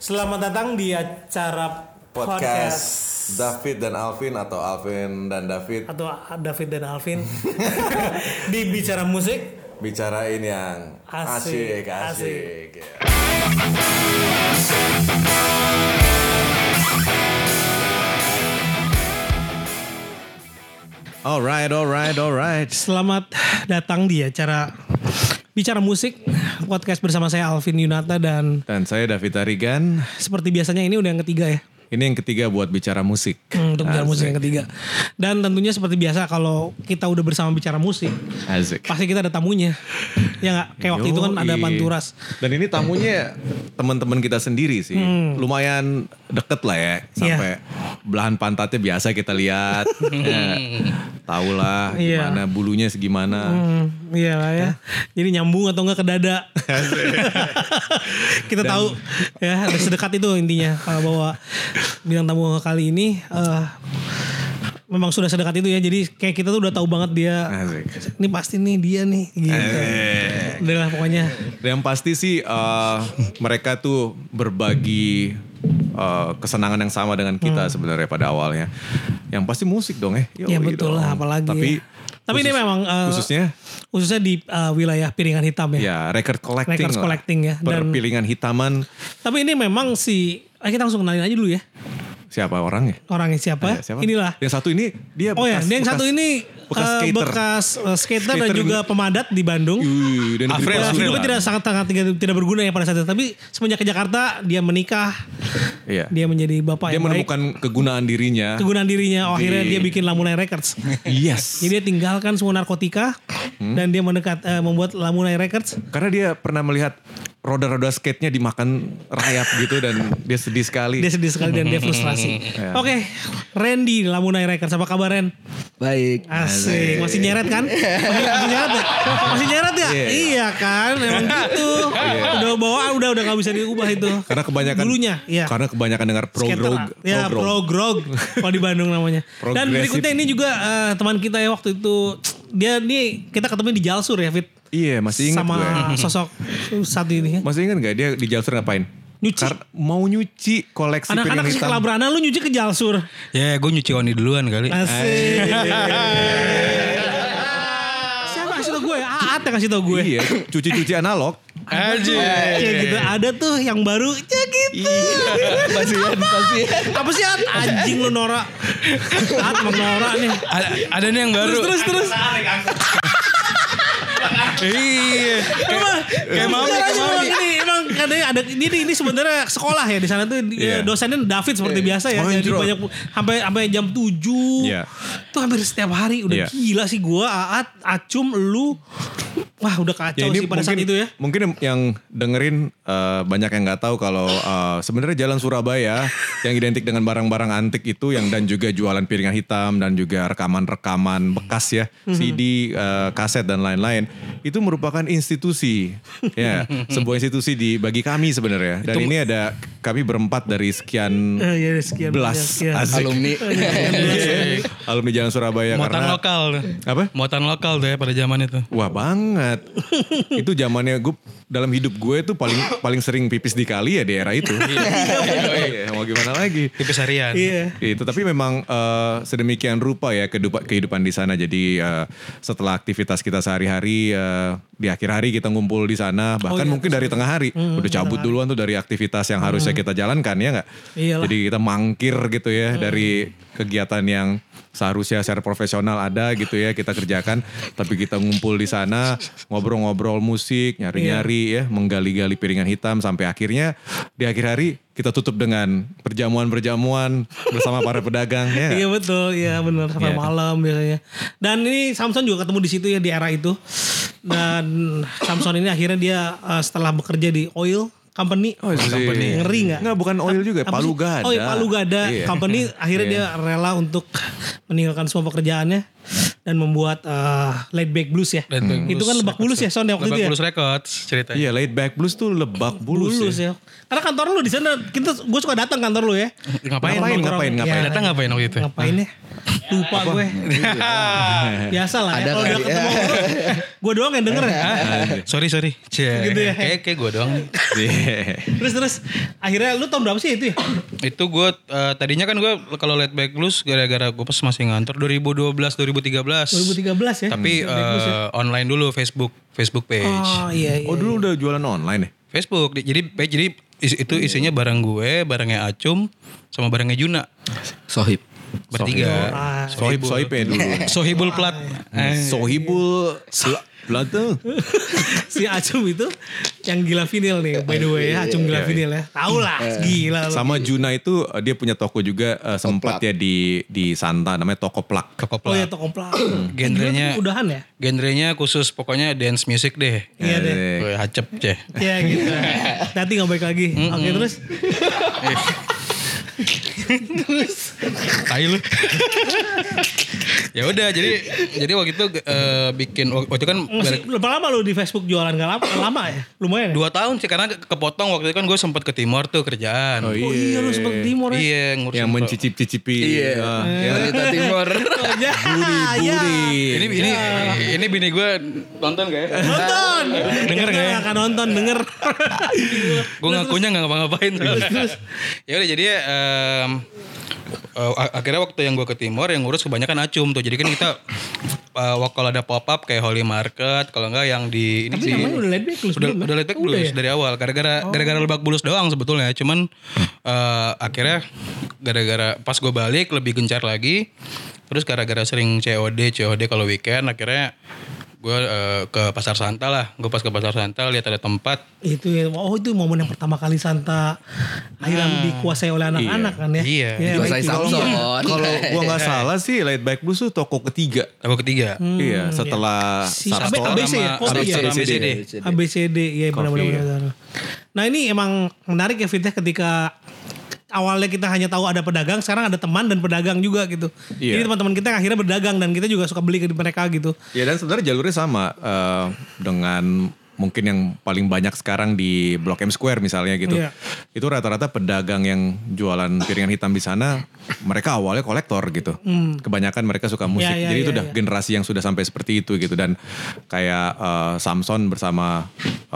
Selamat datang di acara podcast David dan Alvin atau Alvin dan David atau David dan Alvin di Bicara Musik. Bicarain yang asik. Alright. Selamat datang di acara Bicara Musik, podcast bersama saya Alvin Yunata dan saya David Arigan. Seperti biasanya ini udah yang ketiga ya. Ini yang ketiga buat Bicara Musik. Untuk Bicara Musik yang ketiga. Dan tentunya seperti biasa kalau kita udah bersama Bicara Musik, asik, pasti kita ada tamunya. Ya nggak? Kayak waktu itu kan ada Panturas. Dan ini tamunya teman-teman kita sendiri sih. Lumayan deket lah ya. Sampai belahan pantatnya biasa kita lihat. Tahu lah gimana bulunya segimana. Iya lah ya. Jadi nyambung atau enggak ke dada. Kita tahu ya, sedekat itu intinya. Bahwa bintang tamu kali ini memang sudah sedekat itu ya. Jadi kayak kita tuh udah tahu banget dia. Asik. Ini pasti nih dia nih gitu. Udah lah pokoknya. Yang pasti sih mereka tuh berbagi kesenangan yang sama dengan kita sebenarnya pada awalnya. Yang pasti musik dong ya betul lah, apalagi tapi ini memang khususnya di wilayah Piringan Hitam ya. Ya, record collecting ya. Dan piringan hitaman. Tapi ini memang kita langsung kenalin aja dulu ya. Siapa orangnya? Orangnya siapa? Inilah. Yang satu ini dia bekas, yang satu ini bekas skater dan juga pemadat di Bandung. Dan hidupnya tidak berguna ya pada saat itu. Tapi semenjak ke Jakarta dia menikah. Iya. Dia menjadi bapak yang baik. Dia menemukan kegunaan dirinya. Akhirnya dia bikin Lamunai Records. Yes. Jadi dia tinggalkan semua narkotika dan dia membuat Lamunai Records. Karena dia pernah melihat roda-roda skate-nya dimakan rayap gitu dan dia sedih sekali. Dan dia frustrasi. Oke, Randy Lamunai Records, apa kabar Ren? Baik. Asik. Masih nyeret kan? Masih nyeret ya? Iya kan, memang gitu. Udah bawaan udah gak bisa diubah itu. Karena kebanyakan dulunya, karena kebanyakan dengar prog. Ya, prog kalau di Bandung namanya. Dan berikutnya ini juga teman kita ya waktu itu, dia nih kita ketemu di Jalsur ya, Fit. Iya, masih ingat sama gue. Sosok satu ini ya. Masih ingat gak dia di Jalsur ngapain? Nyuci. Mau nyuci koleksi piringan anak-anak hitam. si Kelabrana lu nyuci ke Jalsur. Ya gue nyuci Oni duluan kali. Asik. Siapa kasih tau gue? Aat yang kasih tau gue. Iya, cuci-cuci analog. Aja. Kayak gitu. Ada tuh yang baru. Kayak gitu. Pasian. Apa sih Aat? Anjing lu Nora. Aat sama Nora nih. Ada nih yang baru. Terus. Iya. Kayak mau emang katanya ada ini sebenarnya sekolah ya di sana tuh dosennya David seperti biasa ya. Jadi banyak sampai jam 7. Iya. Tuh hampir setiap hari udah gila sih gua, Aat, Acum, lu. Wah, udah kacau sih pada saat itu ya. Mungkin yang dengerin banyak yang enggak tahu kalau sebenarnya Jalan Surabaya yang identik dengan barang-barang antik itu dan juga jualan piringan hitam dan juga rekaman-rekaman bekas ya, CD, kaset dan lain-lain. Itu merupakan institusi. Ya, sebuah institusi bagi kami sebenarnya. Dan ini ada kami berempat dari sekian belas alumni. Alumni Jalan Surabaya. Muatan karena lokal. Apa? Muatan lokal tuh ya pada zaman itu. Wah banget. Itu zamannya gue dalam hidup gue tuh paling sering pipis di kali ya di era itu. Mau gimana lagi? Pipis harian. Itu tapi memang sedemikian rupa ya kehidupan di sana. Jadi setelah aktivitas kita sehari-hari di akhir hari kita ngumpul di sana, bahkan mungkin dari tengah hari udah cabut duluan tuh dari aktivitas yang harusnya kita jalankan ya nggak? Jadi kita mangkir gitu ya dari kegiatan yang seharusnya secara profesional ada gitu ya kita kerjakan, tapi kita ngumpul di sana ngobrol-ngobrol musik, nyari-nyari ya, menggali-gali piringan hitam sampai akhirnya di akhir hari kita tutup dengan perjamuan bersama para pedagang ya. Iya betul, iya benar sampai malam biasanya. Dan ini Samson juga ketemu di situ ya di era itu. Dan Samson ini akhirnya dia setelah bekerja di oil company. Company. Ngeri gak? Nggak, bukan oil juga, Palu Gada. Palu Gada company. Akhirnya dia rela untuk meninggalkan semua pekerjaannya dan membuat Laid Back Blues ya. Itu kan Lebak Bulus ya sound waktu itu ya. Lebak Bulus Records ceritanya. Iya, Laid Back Blues tuh Lebak Bulus ya. Karena kantor lu di sana, gue suka datang kantor lu ya. Ngapain? Datang ngapain waktu itu? Ngapain ya? Lupa gue. Biasa lah ya. Ada Kalau udah kali. ketemu gue doang yang denger ya. Sorry. Gitu ya. Kayak gue doang nih. Terus akhirnya lu tahun berapa sih itu ya? Itu gue tadinya kan gue kalau Laid Back Blues gara-gara gue pas masih ngantor 2012 2013 2013. ya. Tapi online dulu Facebook page. Oh iya. Oh dulu udah jualan online ya? Facebook. Jadi itu isinya barang gue, barangnya Acum, sama barangnya Juna. Sohib. Bertiga. Sohib ya dulu. Sohibul Plat. Sohibul Plata. Si Acum itu yang gila vinil nih, by the way ya. Acum gila vinil ya. Tahu lah, gila. Sama Juna itu dia punya toko juga sempat ya di Santa namanya Toko Plak. Toko Oh iya, Plat. toko plak. Genrenya Udahan ya? Genrenya khusus pokoknya dance music deh. Iya deh. Gue hacep ceh. Ya gitu. Nanti gak baik lagi. Oke terus. Tai lu. Ya udah jadi waktu itu bikin waktu itu kan Berapa lama lu di Facebook jualan? Gak lama ya? Lumayan ya? 2 tahun sih karena kepotong waktu itu kan gue sempat ke Timor tuh kerjaan. Oh Oh iya lu sempet Timor ya? Iya ngurusin Yang mencicip-cicipi. Iya. Yang Wanita Timor. buri. Ini bini gue nonton gak ya? Nonton. Denger nggak ya? Akan nonton, denger. Gue ngakunya nggak ngapa-ngapain. Ya udah jadi akhirnya waktu yang gue ke Timor yang ngurus kebanyakan Acum tuh. Jadi kan kita kalau ada pop up kayak Holy Market, kalau enggak yang di ini Tapi sih namanya udah Laid Back Blues belum ya? udah Laid Back Oh, Blues udah ya? dari awal. Gara-gara Lebak Bulus doang sebetulnya. Cuman akhirnya gara-gara pas gue balik lebih gencar lagi. Terus gara-gara sering COD kalau weekend akhirnya gue ke Pasar Santa lah. Gue pas ke Pasar Santa lihat ada tempat. Itu ya. Oh itu momen yang pertama kali Santa akhirnya dikuasai oleh anak-anak kan ya? Iya. Dikuasai Samson. Kalau gua nggak salah sih Laid Back Blues tuh toko ketiga. Toko ketiga. Iya, setelah Si Substore. ABC ya? Oh, iya. ABCD. ABCD ya benar-benar. Nah ini emang menarik ya Fit ya ketika awalnya kita hanya tahu ada pedagang, sekarang ada teman dan pedagang juga gitu. Iya. Jadi teman-teman kita yang akhirnya berdagang dan kita juga suka beli ke mereka gitu. Ya dan sebenarnya jalurnya sama dengan mungkin yang paling banyak sekarang di Blok M Square misalnya gitu. Iya. Itu rata-rata pedagang yang jualan piringan hitam di sana, mereka awalnya kolektor gitu. Kebanyakan mereka suka musik. Iya, Jadi iya, itu udah iya. generasi yang sudah sampai seperti itu gitu. Dan kayak Samson bersama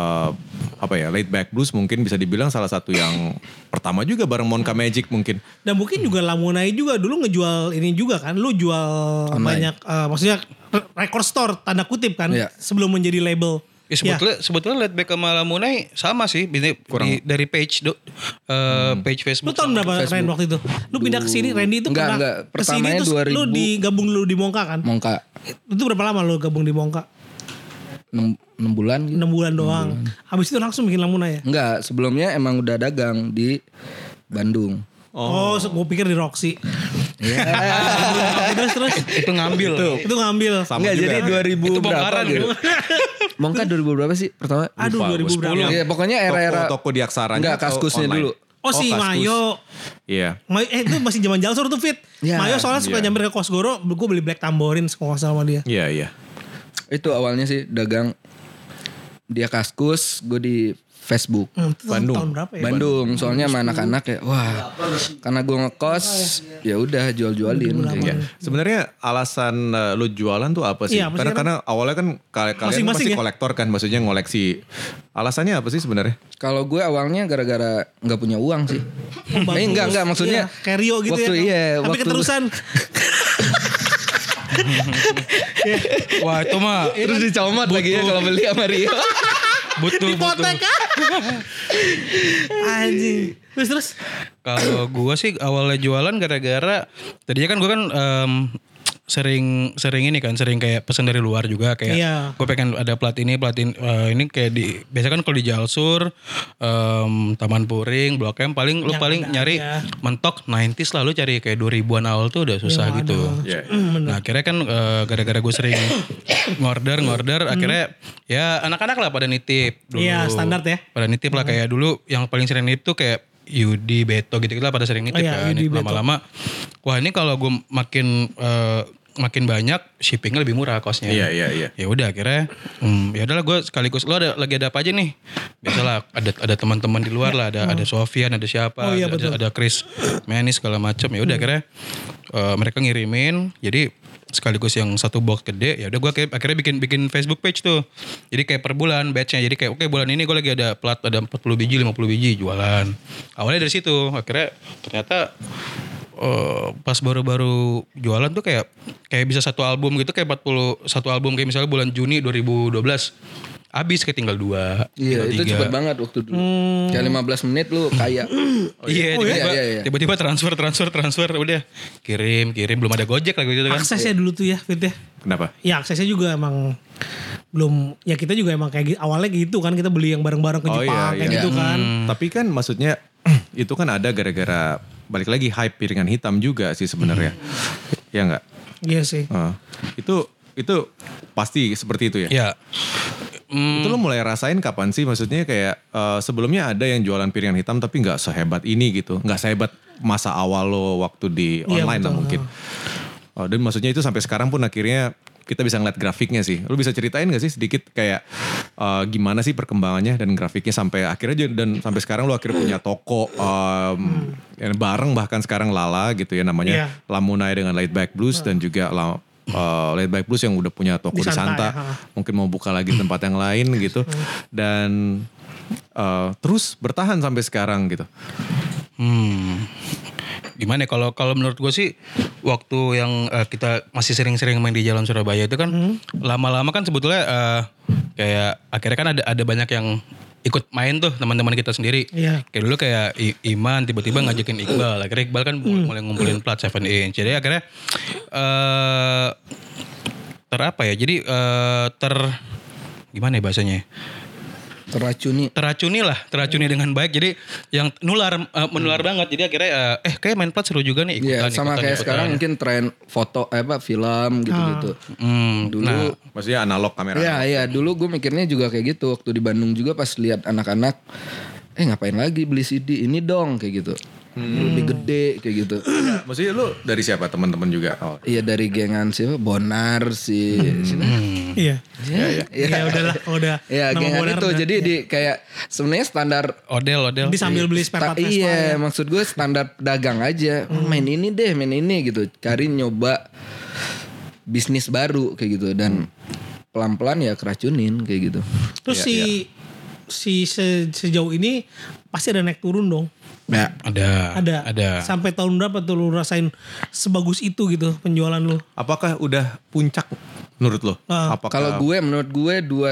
Laid Back Blues mungkin bisa dibilang salah satu yang pertama juga bareng Monka Magic mungkin. Dan mungkin juga Lamunai juga dulu ngejual ini juga kan. Lu jual Online. banyak maksudnya record store tanda kutip kan Iya. sebelum menjadi label. Ya, sebetulnya Laid Back sama Lamunai sama sih dari page page Lu Facebook. tahun berapa Ren waktu itu? Lu pindah ke sini, Randy itu Enggak, pernah kesini pertamanya terus 2000. lu digabung lu di Mongka kan? Mongka. Itu berapa lama lu gabung di Mongka? 6 bulan gitu. 6 bulan doang. Habis itu langsung bikin Lamunai ya? Enggak, sebelumnya emang udah dagang di Bandung. Oh, gue pikir di Roxy. terus Itu ngambil. itu ngambil. Sama Enggak, juga. jadi 2000 Itu berapa bongkaran gitu. ya? Mongka 2000 berapa sih pertama? Aduh, 2000 berapa? Iya, pokoknya era-era Toko di Aksaranya. Enggak, atau kaskusnya online? dulu. Oh si Kaskus. Mayo. Iya. Itu masih zaman Jalsur tuh Fit. Ya, Mayo soalnya suka iya. nyamper ke Kosgoro, gue beli Black Tamborin kalau nggak salah sama dia. Iya, iya. Itu awalnya sih dagang. Dia kaskus, gue di Facebook. Itu Bandung. tahun berapa ya? Bandung, soalnya sama anak-anak ya, wah, karena gue ngekos, ya udah jual-jualin. Iya. Sebenarnya alasan lu jualan tuh apa sih? Iya, maksudnya Karena awalnya kan kalian Masing-masing pasti ya? kolektor kan, maksudnya ngoleksi. Alasannya apa sih sebenarnya? Kalau gue awalnya gara-gara nggak punya uang sih. Enggak, maksudnya Iya, kayak Rio gitu waktu, ya. Iya, Tapi waktu keterusan. Wah itu mah terus dicomot lagi ya kalau beli sama Rio. butuh. Hipotek anjing. Terus. Kalau gue sih awalnya jualan gara-gara tadinya kan gue kan sering kayak pesan dari luar juga kayak Iya. gue pengen ada plat ini ini kayak di biasa kan kalau di Jalsur Taman Puring Blok M paling lu Yang paling ada nyari aja. mentok 90s lah lu cari kayak 2000-an awal tuh udah susah Iya, gitu. Iya. Nah akhirnya kan gara-gara gue sering ngorder akhirnya ya anak-anak lah pada nitip dulu. Iya, standar ya. Pada nitip lah kayak dulu yang paling sering nitip tuh kayak Yudi, Beto gitu lah pada sering nitip Oh iya, kan. Yudi, Beto. Lama-lama wah ini kalau gue makin banyak shippingnya lebih murah kosnya. Iya. Ya udah akhirnya ya udahlah gue sekaligus lo lagi ada apa aja nih. Biasalah ada teman-teman di luar lah, ada Sofian, ada siapa, Oh iya, ada betul. Chris Manis segala macam. Ya udah akhirnya mereka ngirimin, jadi sekaligus yang satu box gede. Ya udah gue akhirnya bikin Facebook page tuh. Jadi kayak per bulan batchnya. Jadi kayak oke, bulan ini gue lagi ada plat ada 40 biji, 50 biji jualan. Awalnya dari situ. Akhirnya ternyata pas baru-baru jualan tuh kayak bisa satu album gitu, kayak 41 album kayak misalnya bulan Juni 2012. Habis kayak tinggal 2. Iya, itu cepet banget waktu dulu. Kayak 15 menit lu kaya. Tiba-tiba transfer udah kirim belum ada Gojek lagi gitu kan. Aksesnya dulu tuh ya Fit ya. Kenapa? Ya aksesnya juga emang belum, ya kita juga emang kayak awalnya gitu kan, kita beli yang bareng-bareng ke Jepang kayak gitu kan. Tapi kan maksudnya itu kan ada gara-gara balik lagi hype piringan hitam juga sih sebenarnya. Ya enggak? Iya sih. Itu pasti seperti itu ya. Ya. Itu lo mulai rasain kapan sih? Maksudnya kayak sebelumnya ada yang jualan piringan hitam tapi nggak sehebat ini gitu, nggak sehebat masa awal lo waktu di online lah mungkin. Dan maksudnya itu sampai sekarang pun akhirnya kita bisa ngeliat grafiknya sih. Lo bisa ceritain gak sih sedikit kayak gimana sih perkembangannya dan grafiknya sampai akhirnya, dan sampai sekarang lo akhirnya punya toko yang bareng bahkan sekarang Lala gitu ya namanya, Lamunai dengan Laid Back Blues dan juga Laid Back Blues yang udah punya toko di Santa ya. Mungkin mau buka lagi tempat yang lain gitu. Dan terus bertahan sampai sekarang gitu. Gimana ya, kalau menurut gue sih waktu yang kita masih sering-sering main di Jalan Surabaya itu kan lama-lama kan sebetulnya kayak akhirnya kan ada banyak yang ikut main tuh teman-teman kita sendiri. Kayak dulu kayak Iman tiba-tiba ngajakin Iqbal. Akhirnya Iqbal kan mulai ngumpulin plat 7 inch. Jadi akhirnya gimana ya bahasanya? Teracuni dengan baik. Jadi yang menular banget. Jadi akhirnya kayak main plat seru juga nih ikutan. Sama kayak sekarang mungkin tren foto film gitu-gitu. Dulu maksudnya analog kamera. Iya, dulu gue mikirnya juga kayak gitu. Waktu di Bandung juga pas lihat anak-anak ngapain lagi beli CD ini dong kayak gitu. Lebih gede kayak gitu. Maksudnya lu dari siapa, teman-teman juga? Iya, dari gengan siapa? Bonar sih. Iya. Ya udah. Iya, gengan itu. Jadi di kayak sebenarnya standar Odel. Di sambil beli spare part Vespa. Iya, maksud gue standar pedagang aja. Main ini gitu. Cari nyoba bisnis baru kayak gitu, dan pelan-pelan ya keracunin kayak gitu. Terus sejauh ini pasti ada naik turun dong. Ya, ada. Sampai tahun berapa tuh lu rasain sebagus itu gitu penjualan lu? Apakah udah puncak menurut lo? Kalau menurut gue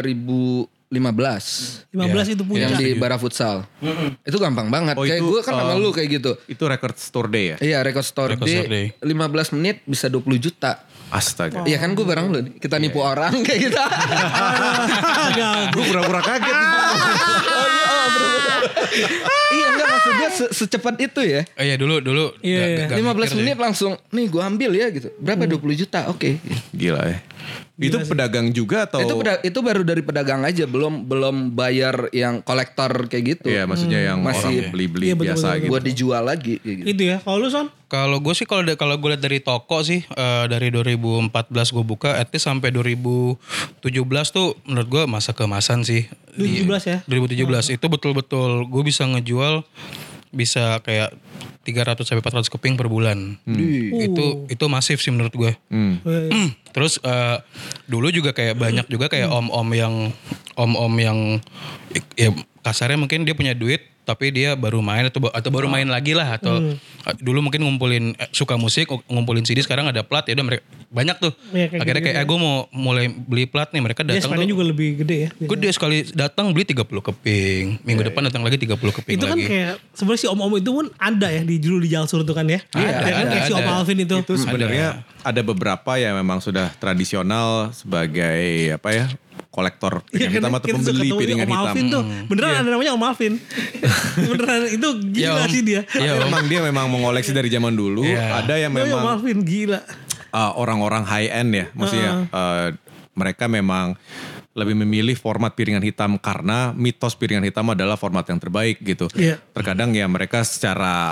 2015 itu puncak. yang di Bara Futsal. Itu gampang banget. Kayak gue kan sama lu kayak gitu. Itu record store day ya? Iya, record store day. 15 menit bisa 20 juta. Astaga. Iya kan gue bareng lu. Kita nipu orang kayak gitu. Gue pura-pura kaget. Iya, enggak, maksud gue secepat itu ya. Iya, dulu. Iya. 15 menit langsung nih gue ambil ya gitu. Berapa 20 juta? Oke. Gila ya. Itu pedagang juga atau? Itu baru dari pedagang aja, belum bayar yang kolektor kayak gitu. Iya, maksudnya yang masih orang beli-beli biasa gitu. Buat dijual lagi kayak gitu. Itu ya. Kalau lu Son? Kalau gue sih kalau gue lihat dari toko sih dari 2014 gue buka, at least sampai 2017 tuh menurut gue masa keemasan sih. 2017 ya? 2017 itu betul-betul gue bisa ngejual bisa kayak 300 sampai 400 keping per bulan. Itu masif sih menurut gue. Terus dulu juga kayak banyak juga kayak om-om yang ya kasarnya mungkin dia punya duit tapi dia baru main atau baru main lagi lah, atau dulu mungkin ngumpulin suka musik, ngumpulin CD, sekarang ada plat ya udah mereka banyak tuh. Akhirnya kayak gue mau mulai beli plat nih, mereka datang tuh. juga lebih gede ya. Gede sekali, datang beli 30 keping. Minggu depan datang lagi 30 keping itu lagi. Itu kan kayak sebenarnya si om-om itu pun ada ya di Jalsur itu kan ya. Ada. Si Om Alvin itu. Itu sebenarnya ada beberapa yang memang sudah tradisional sebagai apa ya? Kolektor piringan hitam atau pembeli piringan hitam. Alvin tuh beneran ada namanya Om Alvin. Beneran itu gila sih dia. Dia memang mengoleksi dari zaman dulu. Ada yang memang Om Alvin gila. Orang-orang high end ya, maksudnya mereka memang lebih memilih format piringan hitam karena mitos piringan hitam adalah format yang terbaik gitu. Terkadang ya mereka secara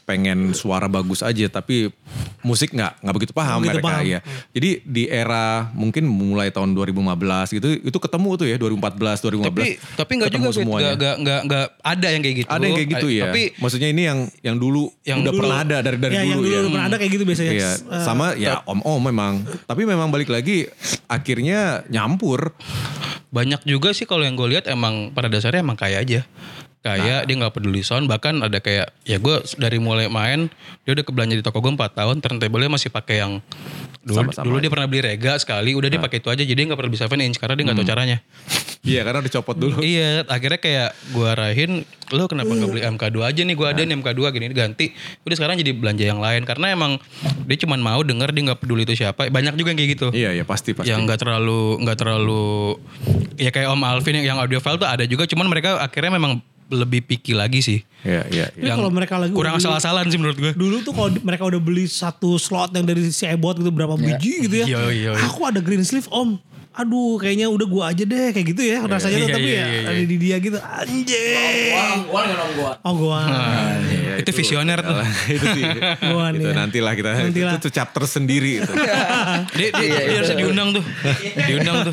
pengen suara bagus aja tapi musik nggak begitu paham Begitu mereka paham. ya. Jadi di era mungkin mulai tahun 2015 gitu itu ketemu tuh ya 2014 2015. Tapi nggak ketemu juga Fit. semuanya. Nggak ada yang kayak gitu. Ada yang kayak gitu ya. Tapi Maksudnya ini yang dulu Yang udah dulu. pernah ada dari Ya, yang dulu dulu ya. udah pernah ada kayak gitu biasanya. Iya, sama ya om-om memang. Tapi memang balik lagi akhirnya nyampur. banyak juga sih kalau yang gue lihat emang pada dasarnya emang kaya aja. Kayak dia nggak peduli sound, bahkan ada kayak ya gue dari mulai main dia udah kebelanja di toko gue 4 tahun, turntable-nya masih pakai yang Sama-sama dulu dia pernah beli Rega sekali, udah dia pakai itu aja, jadi dia nggak pernah bisa 7 inch karena dia nggak tahu caranya. Iya karena udah copot dulu. Iya, akhirnya kayak gue arahin, lo kenapa nggak beli MK2 aja nih, gue ada nih MK2 gini ganti. Udah sekarang jadi belanja yang lain karena emang dia cuma mau denger, dia nggak peduli itu siapa. Banyak juga yang kayak gitu. Iya pasti. Yang nggak terlalu ya kayak Om Alvin yang audio file tuh ada juga, cuman mereka akhirnya memang lebih picky lagi sih. Iya. Tapi kalau mereka lagi Kurang asal-asalan sih menurut gue. Dulu tuh kalau mereka udah beli satu slot yang dari si Ebot gitu berapa biji gitu ya. Iya. Aku ada green sleeve om. Aduh kayaknya udah gua aja deh kayak gitu ya rasanya tuh Iya, tapi iya, ya iya. ada di dia gitu anjir. Oh gua. Itu visioner tuh. itu sih. Gua Itu nih. nantilah kita. Nantilah. Itu chapter sendiri itu. Dia harus diundang tuh. Diundang tuh.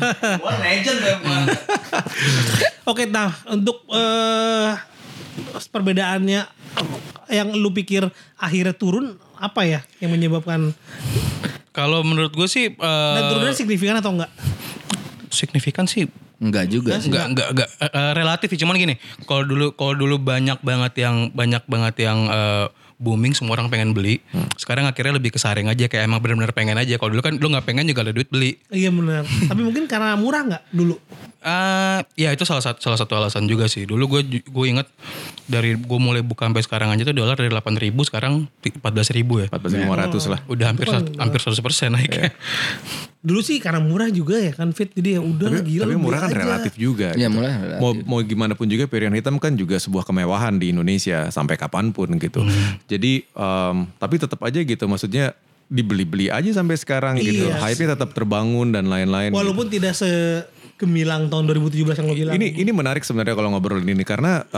Oke, nah untuk perbedaannya yang lu pikir akhirnya turun apa ya yang menyebabkan Kalau menurut gue sih dan turunnya signifikan atau enggak? signifikan sih Enggak juga sih. enggak relatif sih, cuman gini, kalau dulu banyak banget yang booming, semua orang pengen beli. Sekarang akhirnya lebih kesaring aja, kayak emang benar-benar pengen aja. Kalau dulu kan lu nggak pengen juga ada duit beli. Iya benar. Tapi mungkin karena murah nggak dulu? Ya itu salah satu alasan juga sih. Dulu gue inget dari gue mulai buka sampai sekarang aja tuh dolar dari 8.000 sekarang 14.000 ya. 14.500 lah. Udah hampir 100% naiknya. Dulu sih karena murah juga ya kan Fit. Jadi ya udah gila. Tapi lu murah beli kan aja. relatif juga. Iya, gitu. murah relatif. Mau gimana pun juga piringan hitam kan juga sebuah kemewahan di Indonesia sampai kapanpun gitu. Jadi tapi tetap aja gitu, maksudnya dibeli-beli aja sampai sekarang gitu. Iya. Hype-nya tetap terbangun dan lain-lain. Walaupun tidak segemilang tahun 2017 yang lo bilang. Ini menarik sebenarnya kalau ngobrolin ini karena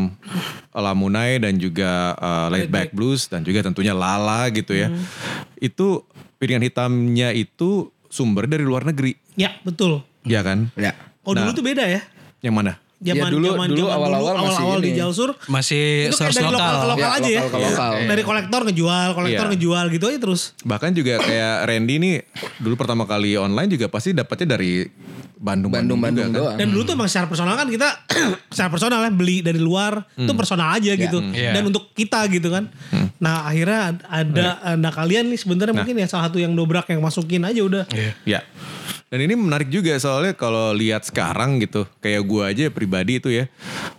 Lamunai dan juga Laid Back Blues dan juga tentunya Lala gitu ya. Itu piringan hitamnya itu sumber dari luar negeri. Ya betul. Ya kan? Ya. Oh dulu Nah. tuh beda ya. Yang mana? Ya, dulu awal-awal masih awal di ini. Jalsur Masih itu kayak source dari lokal lokal. ke lokal Ya, aja ya. lokal ke lokal. Dari kolektor Iya. ngejual gitu aja terus. Bahkan juga kayak Randy nih dulu pertama kali online juga pasti dapatnya dari Bandung Bandung juga kan. doang. Dan dulu tuh emang secara personal kan kita secara personal ya beli dari luar itu personal aja gitu. Iya. Dan untuk kita gitu kan. Nah akhirnya ada kalian nih sebenarnya mungkin ya salah satu yang dobrak yang masukin aja udah. Ya. Dan ini menarik juga soalnya kalau lihat sekarang gitu, kayak gue aja pribadi itu ya,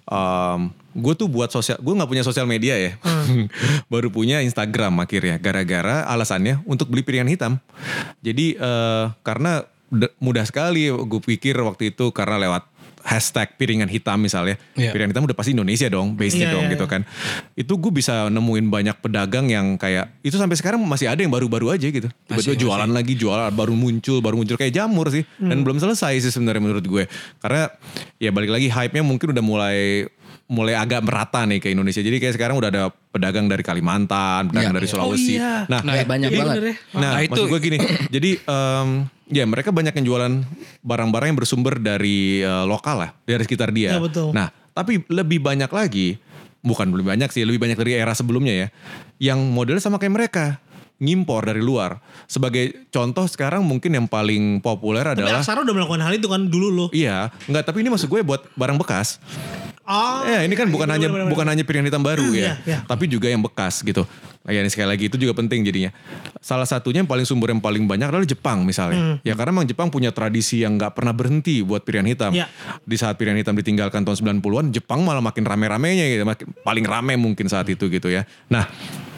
gue tuh gue nggak punya sosial media ya, baru punya Instagram akhirnya, gara-gara alasannya untuk beli piringan hitam. Jadi karena mudah sekali, gue pikir waktu itu karena lewat hashtag piringan hitam misalnya, piringan hitam udah pasti Indonesia dong, base-nya dong gitu kan. Itu gue bisa nemuin banyak pedagang yang kayak, itu sampai sekarang masih ada yang baru-baru aja gitu. Tiba-tiba jualan lagi, baru muncul kayak jamur sih. Dan belum selesai sih sebenarnya menurut gue. Karena ya balik lagi hype-nya mungkin udah mulai agak merata nih ke Indonesia. Jadi kayak sekarang udah ada pedagang dari Kalimantan, pedagang dari Sulawesi. Oh iya. Nah, banyak Iya banget. bener ya. Nah, maksud gue gini, jadi ya mereka banyak yang jualan barang-barang yang bersumber dari lokal lah, dari sekitar dia. Ya, betul. Nah, tapi lebih banyak lagi, bukan lebih banyak sih, lebih banyak dari era sebelumnya ya, yang modelnya sama kayak mereka, ngimpor dari luar. Sebagai contoh sekarang mungkin yang paling populer Tapi adalah, Aksara udah melakukan hal itu kan dulu loh. iya, enggak, tapi ini maksud gue buat barang bekas. Oh, Ya, ini kan bukan hanya bener-bener. bukan hanya piringan hitam baru ya, Iya. tapi juga yang bekas gitu. Nah, ya ini sekali lagi itu juga penting jadinya. Salah satunya yang paling sumber yang paling banyak adalah Jepang misalnya. Ya karena memang Jepang punya tradisi yang nggak pernah berhenti buat piringan hitam. Iya. Di saat piringan hitam ditinggalkan tahun 90-an, Jepang malah makin rame-ramenya gitu, paling rame mungkin saat itu gitu ya. Nah,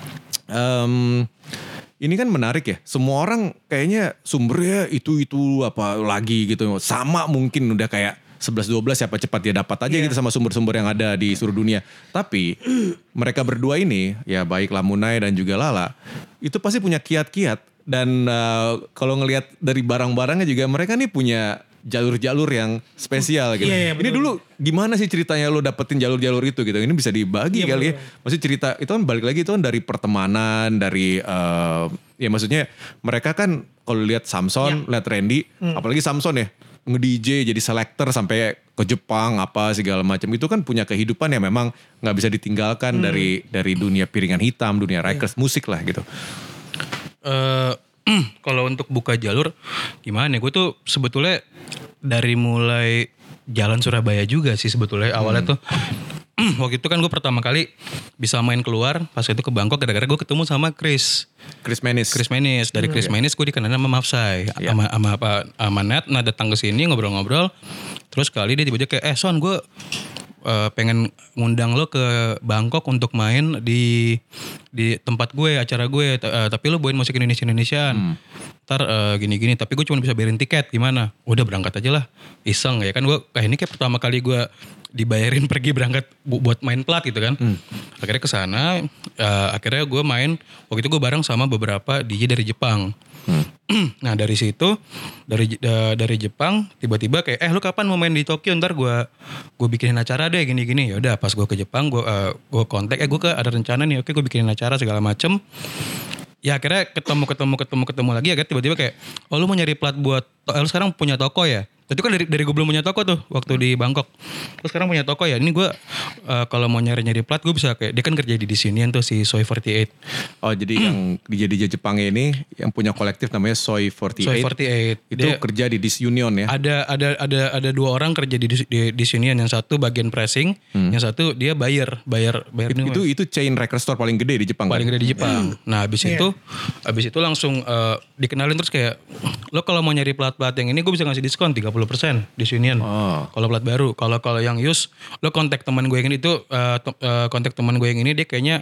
ini kan menarik ya. Semua orang kayaknya sumbernya itu apa lagi gitu. Sama mungkin udah kayak 11-12 siapa cepat dia dapat aja gitu sama sumber-sumber yang ada di seluruh dunia. Tapi mereka berdua ini ya baik Lamunai dan juga Lala itu pasti punya kiat-kiat. Dan kalau ngelihat dari barang-barangnya juga mereka nih punya jalur-jalur yang spesial gitu. Iya, Ini dulu gimana sih ceritanya lo dapetin jalur-jalur itu gitu? Ini bisa dibagi kali ya. Maksudnya cerita itu kan balik lagi itu kan dari pertemanan, dari ya maksudnya mereka kan kalau lihat Samson, lihat Randy, apalagi Samson ya nge-DJ jadi selector sampai ke Jepang apa segala macam itu kan punya kehidupan yang memang nggak bisa ditinggalkan dari dunia piringan hitam, dunia records musik lah gitu. Kalau untuk buka jalur gimana ya? Gue tuh sebetulnya dari mulai jalan Surabaya juga sih sebetulnya awalnya tuh. Waktu itu kan gue pertama kali bisa main keluar pas itu ke Bangkok gara-gara gue ketemu sama Chris Menis. Dari Chris Menis gue dikenal sama Mafsai sama Nat. Nah datang ke sini ngobrol-ngobrol. Terus kali dia tiba-tiba kayak Son gue pengen ngundang lo ke Bangkok untuk main di tempat gue, acara gue, tapi lo bawain musik Indonesian. Ntar gini-gini, tapi gue cuma bisa bayarin tiket, gimana? Udah berangkat aja lah, iseng ya kan gue, ini kayak pertama kali gue dibayarin pergi berangkat buat main plat gitu kan. Akhirnya kesana, akhirnya gue main, waktu itu gue bareng sama beberapa DJ dari Jepang. Nah dari situ dari Jepang tiba-tiba kayak lu kapan mau main di Tokyo, ntar gue bikinin acara deh gini-gini. Ya udah pas gue ke Jepang gue kontak gue ada rencana nih, oke gue bikinin acara segala macem. Ya akhirnya ketemu lagi akhirnya tiba-tiba kayak lu mau nyari plat buat lu sekarang punya toko ya. Itu kan dari gue belum punya toko tuh waktu di Bangkok. Terus sekarang punya toko ya. Ini gue kalau mau nyari plat gue bisa kayak dia kan kerja di sinian tuh si Soy 48. Oh jadi yang DJ Jepangnya ini yang punya kolektif namanya Soy 48. Soy 48. Itu dia kerja di Disunion ya. Ada 2 orang kerja di Disunion, yang satu bagian pressing, yang satu dia bayar itu chain record store paling gede di Jepang. Paling gede di Jepang. Nah, habis itu langsung dikenalin terus kayak lo kalau mau nyari plat-plat yang ini gue bisa ngasih diskon 30% di Union. Kalau plat baru, kalau yang use lo kontak teman gue yang ini itu kontak teman gue yang ini dia kayaknya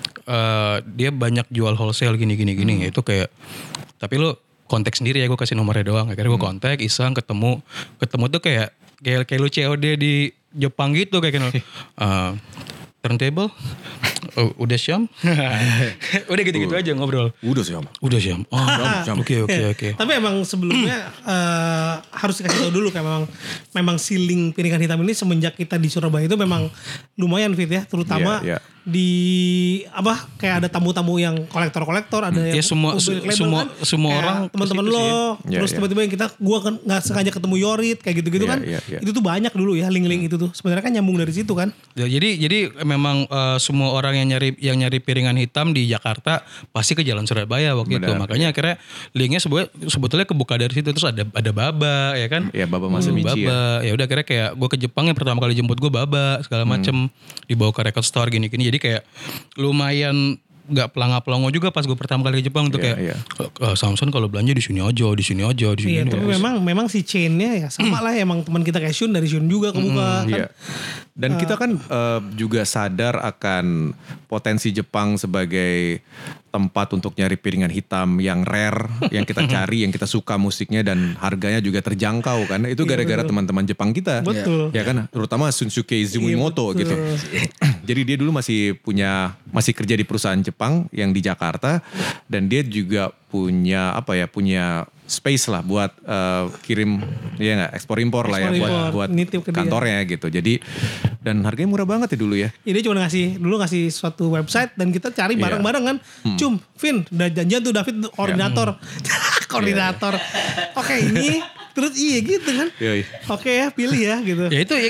dia banyak jual wholesale gini. Itu kayak tapi lo kontak sendiri ya, gue kasih nomornya doang. Akhirnya gue kontak iseng ketemu tuh kayak lu COD di Jepang gitu kayak turntable udah Syam. Udah gitu-gitu aja ngobrol. Udah Syam. Oke. Tapi emang sebelumnya harus dikasih tahu dulu kayak memang siling piringan hitam ini semenjak kita di Surabaya itu memang lumayan fit ya, terutama di kayak ada tamu-tamu yang kolektor ada yang semua orang teman-teman lo terus tiba-tiba yang gua kan nggak sengaja ketemu Yorit kayak gitu-gitu kan. Itu tuh banyak dulu ya link-link itu tuh sebenarnya kan nyambung dari situ kan. Ya, jadi memang semua orang yang nyari piringan hitam di Jakarta pasti ke Jalan Surabaya waktu itu. Makanya akhirnya linknya sebetulnya kebuka dari situ. Terus ada Baba ya kan. Iya Baba Masamichi ya udah akhirnya kayak gue ke Jepang yang pertama kali jemput gue Baba segala macem dibawa ke record store gini-gini. Jadi kayak lumayan gak pelongo juga pas gue pertama kali ke Jepang tuh kayak Samson kalau belanja di sini aja. Iya, tapi memang si chainnya ya sama lah emang teman kita kayak Shun dari Shun juga kebuka kan. Iya. Dan kita kan juga sadar akan potensi Jepang sebagai tempat untuk nyari piringan hitam yang rare, yang kita cari, yang kita suka musiknya dan harganya juga terjangkau kan. Itu gara-gara teman-teman Jepang kita. Betul. Ya kan, terutama Shunsuke Izumimoto gitu. Jadi dia dulu masih kerja di perusahaan Jepang yang di Jakarta dan dia juga punya space lah buat kirim ekspor impor lah ya buat kantornya gitu. Jadi dan harganya murah banget ya dulu ya. Ini cuma ngasih suatu website dan kita cari bareng-bareng kan. Vin udah janjian tuh David koordinator. Koordinator. Oke, ini terus gitu kan. Oke ya, pilih ya gitu. Ya itu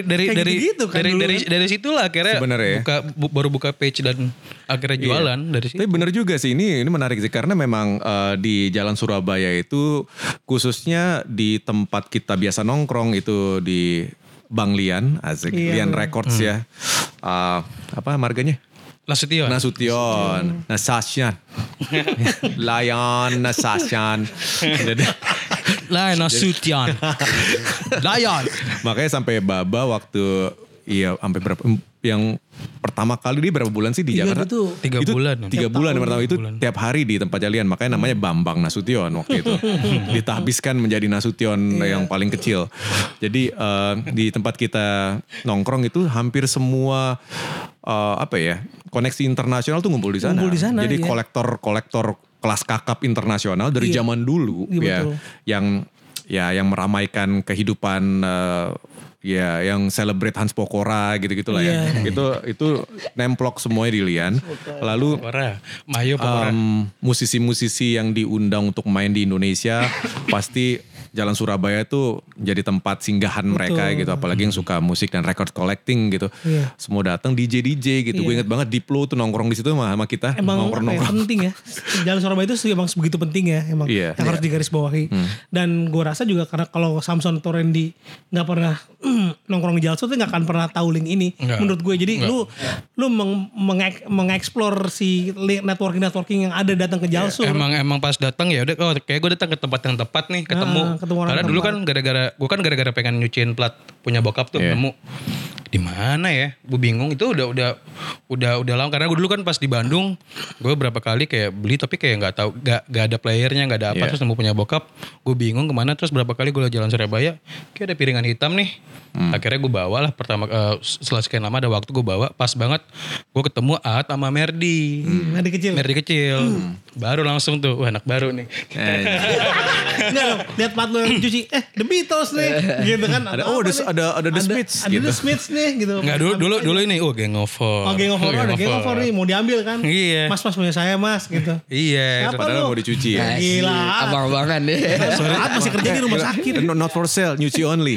dari situlah akhirnya baru buka page dan akhirnya jualan dari situ. Tapi bener juga sih ini menarik sih karena memang di Jalan Surabaya itu khususnya di tempat kita biasa nongkrong itu di Bang Lian, Lian Records ya. Apa marganya? Nasution. Nasasyan. Lion Nasasyan. Lion Nasution. Lion. Makanya sampai Baba waktu sampai berapa yang pertama kali dia berapa bulan sih di Jakarta? 3 bulan. 3 bulan yang pertama itu tiap hari di tempat Jalian. Makanya namanya Bambang Nasution waktu itu. Ditahbiskan menjadi Nasution yang paling kecil. Jadi di tempat kita nongkrong itu hampir semua koneksi internasional tuh ngumpul di sana. Jadi kolektor kelas kakap internasional dari zaman dulu ya. ya yang meramaikan kehidupan ya yang celebrate Hans Pokora gitu-gitu lah ya. Itu nemplok semuanya di Lian. Lalu Mayo Pokora. musisi-musisi yang diundang untuk main di Indonesia pasti Jalan Surabaya tuh jadi tempat singgahan mereka gitu. Apalagi yang suka musik dan record collecting gitu. Semua datang DJ gitu. Gue inget banget Diplo tuh nongkrong di situ sama kita. Emang nongkrong. penting ya. Jalan Surabaya itu emang begitu penting ya. Emang yang harus digarisbawahi. Dan gue rasa juga karena kalau Samson Torendi gak pernah nongkrong di Jalan Surabaya gak akan pernah tahu link ini. Menurut gue. Jadi lu mengeksplor si networking yang ada datang ke Jalan Sur. Emang pas datang ya udah kayak gue datang ke tempat yang tepat nih, ketemu karena dulu kan gara-gara pengen nyuciin plat punya bokap tuh nemu di mana ya, gue bingung. Itu udah lama karena gue dulu kan pas di Bandung gue berapa kali kayak beli tapi kayak nggak tahu nggak ada playernya, nggak ada apa, terus nemu punya bokap gue bingung kemana. Terus berapa kali gue Jalan Surabaya kayak ada piringan hitam nih, akhirnya gue bawa lah pertama setelah sekian lama ada waktu gue bawa, pas banget gue ketemu Aat sama Merdi. Merdi kecil baru langsung tuh, wah anak baru nih. Enggak dong, lihat plat lu yang cuci, The Beatles nih, gitu kan. Ada The Smiths ada gitu. The Smiths nih gitu. Enggak dulu ini Gang of Four. Gang of Four ada Gang of Four nih mau diambil kan. Iya. Mas punya saya mas gitu. Iya. Padahal mau dicuci ya. Gila. Abang-abangan deh. Saat masih kerja di rumah sakit. Not for sale, nyuci only.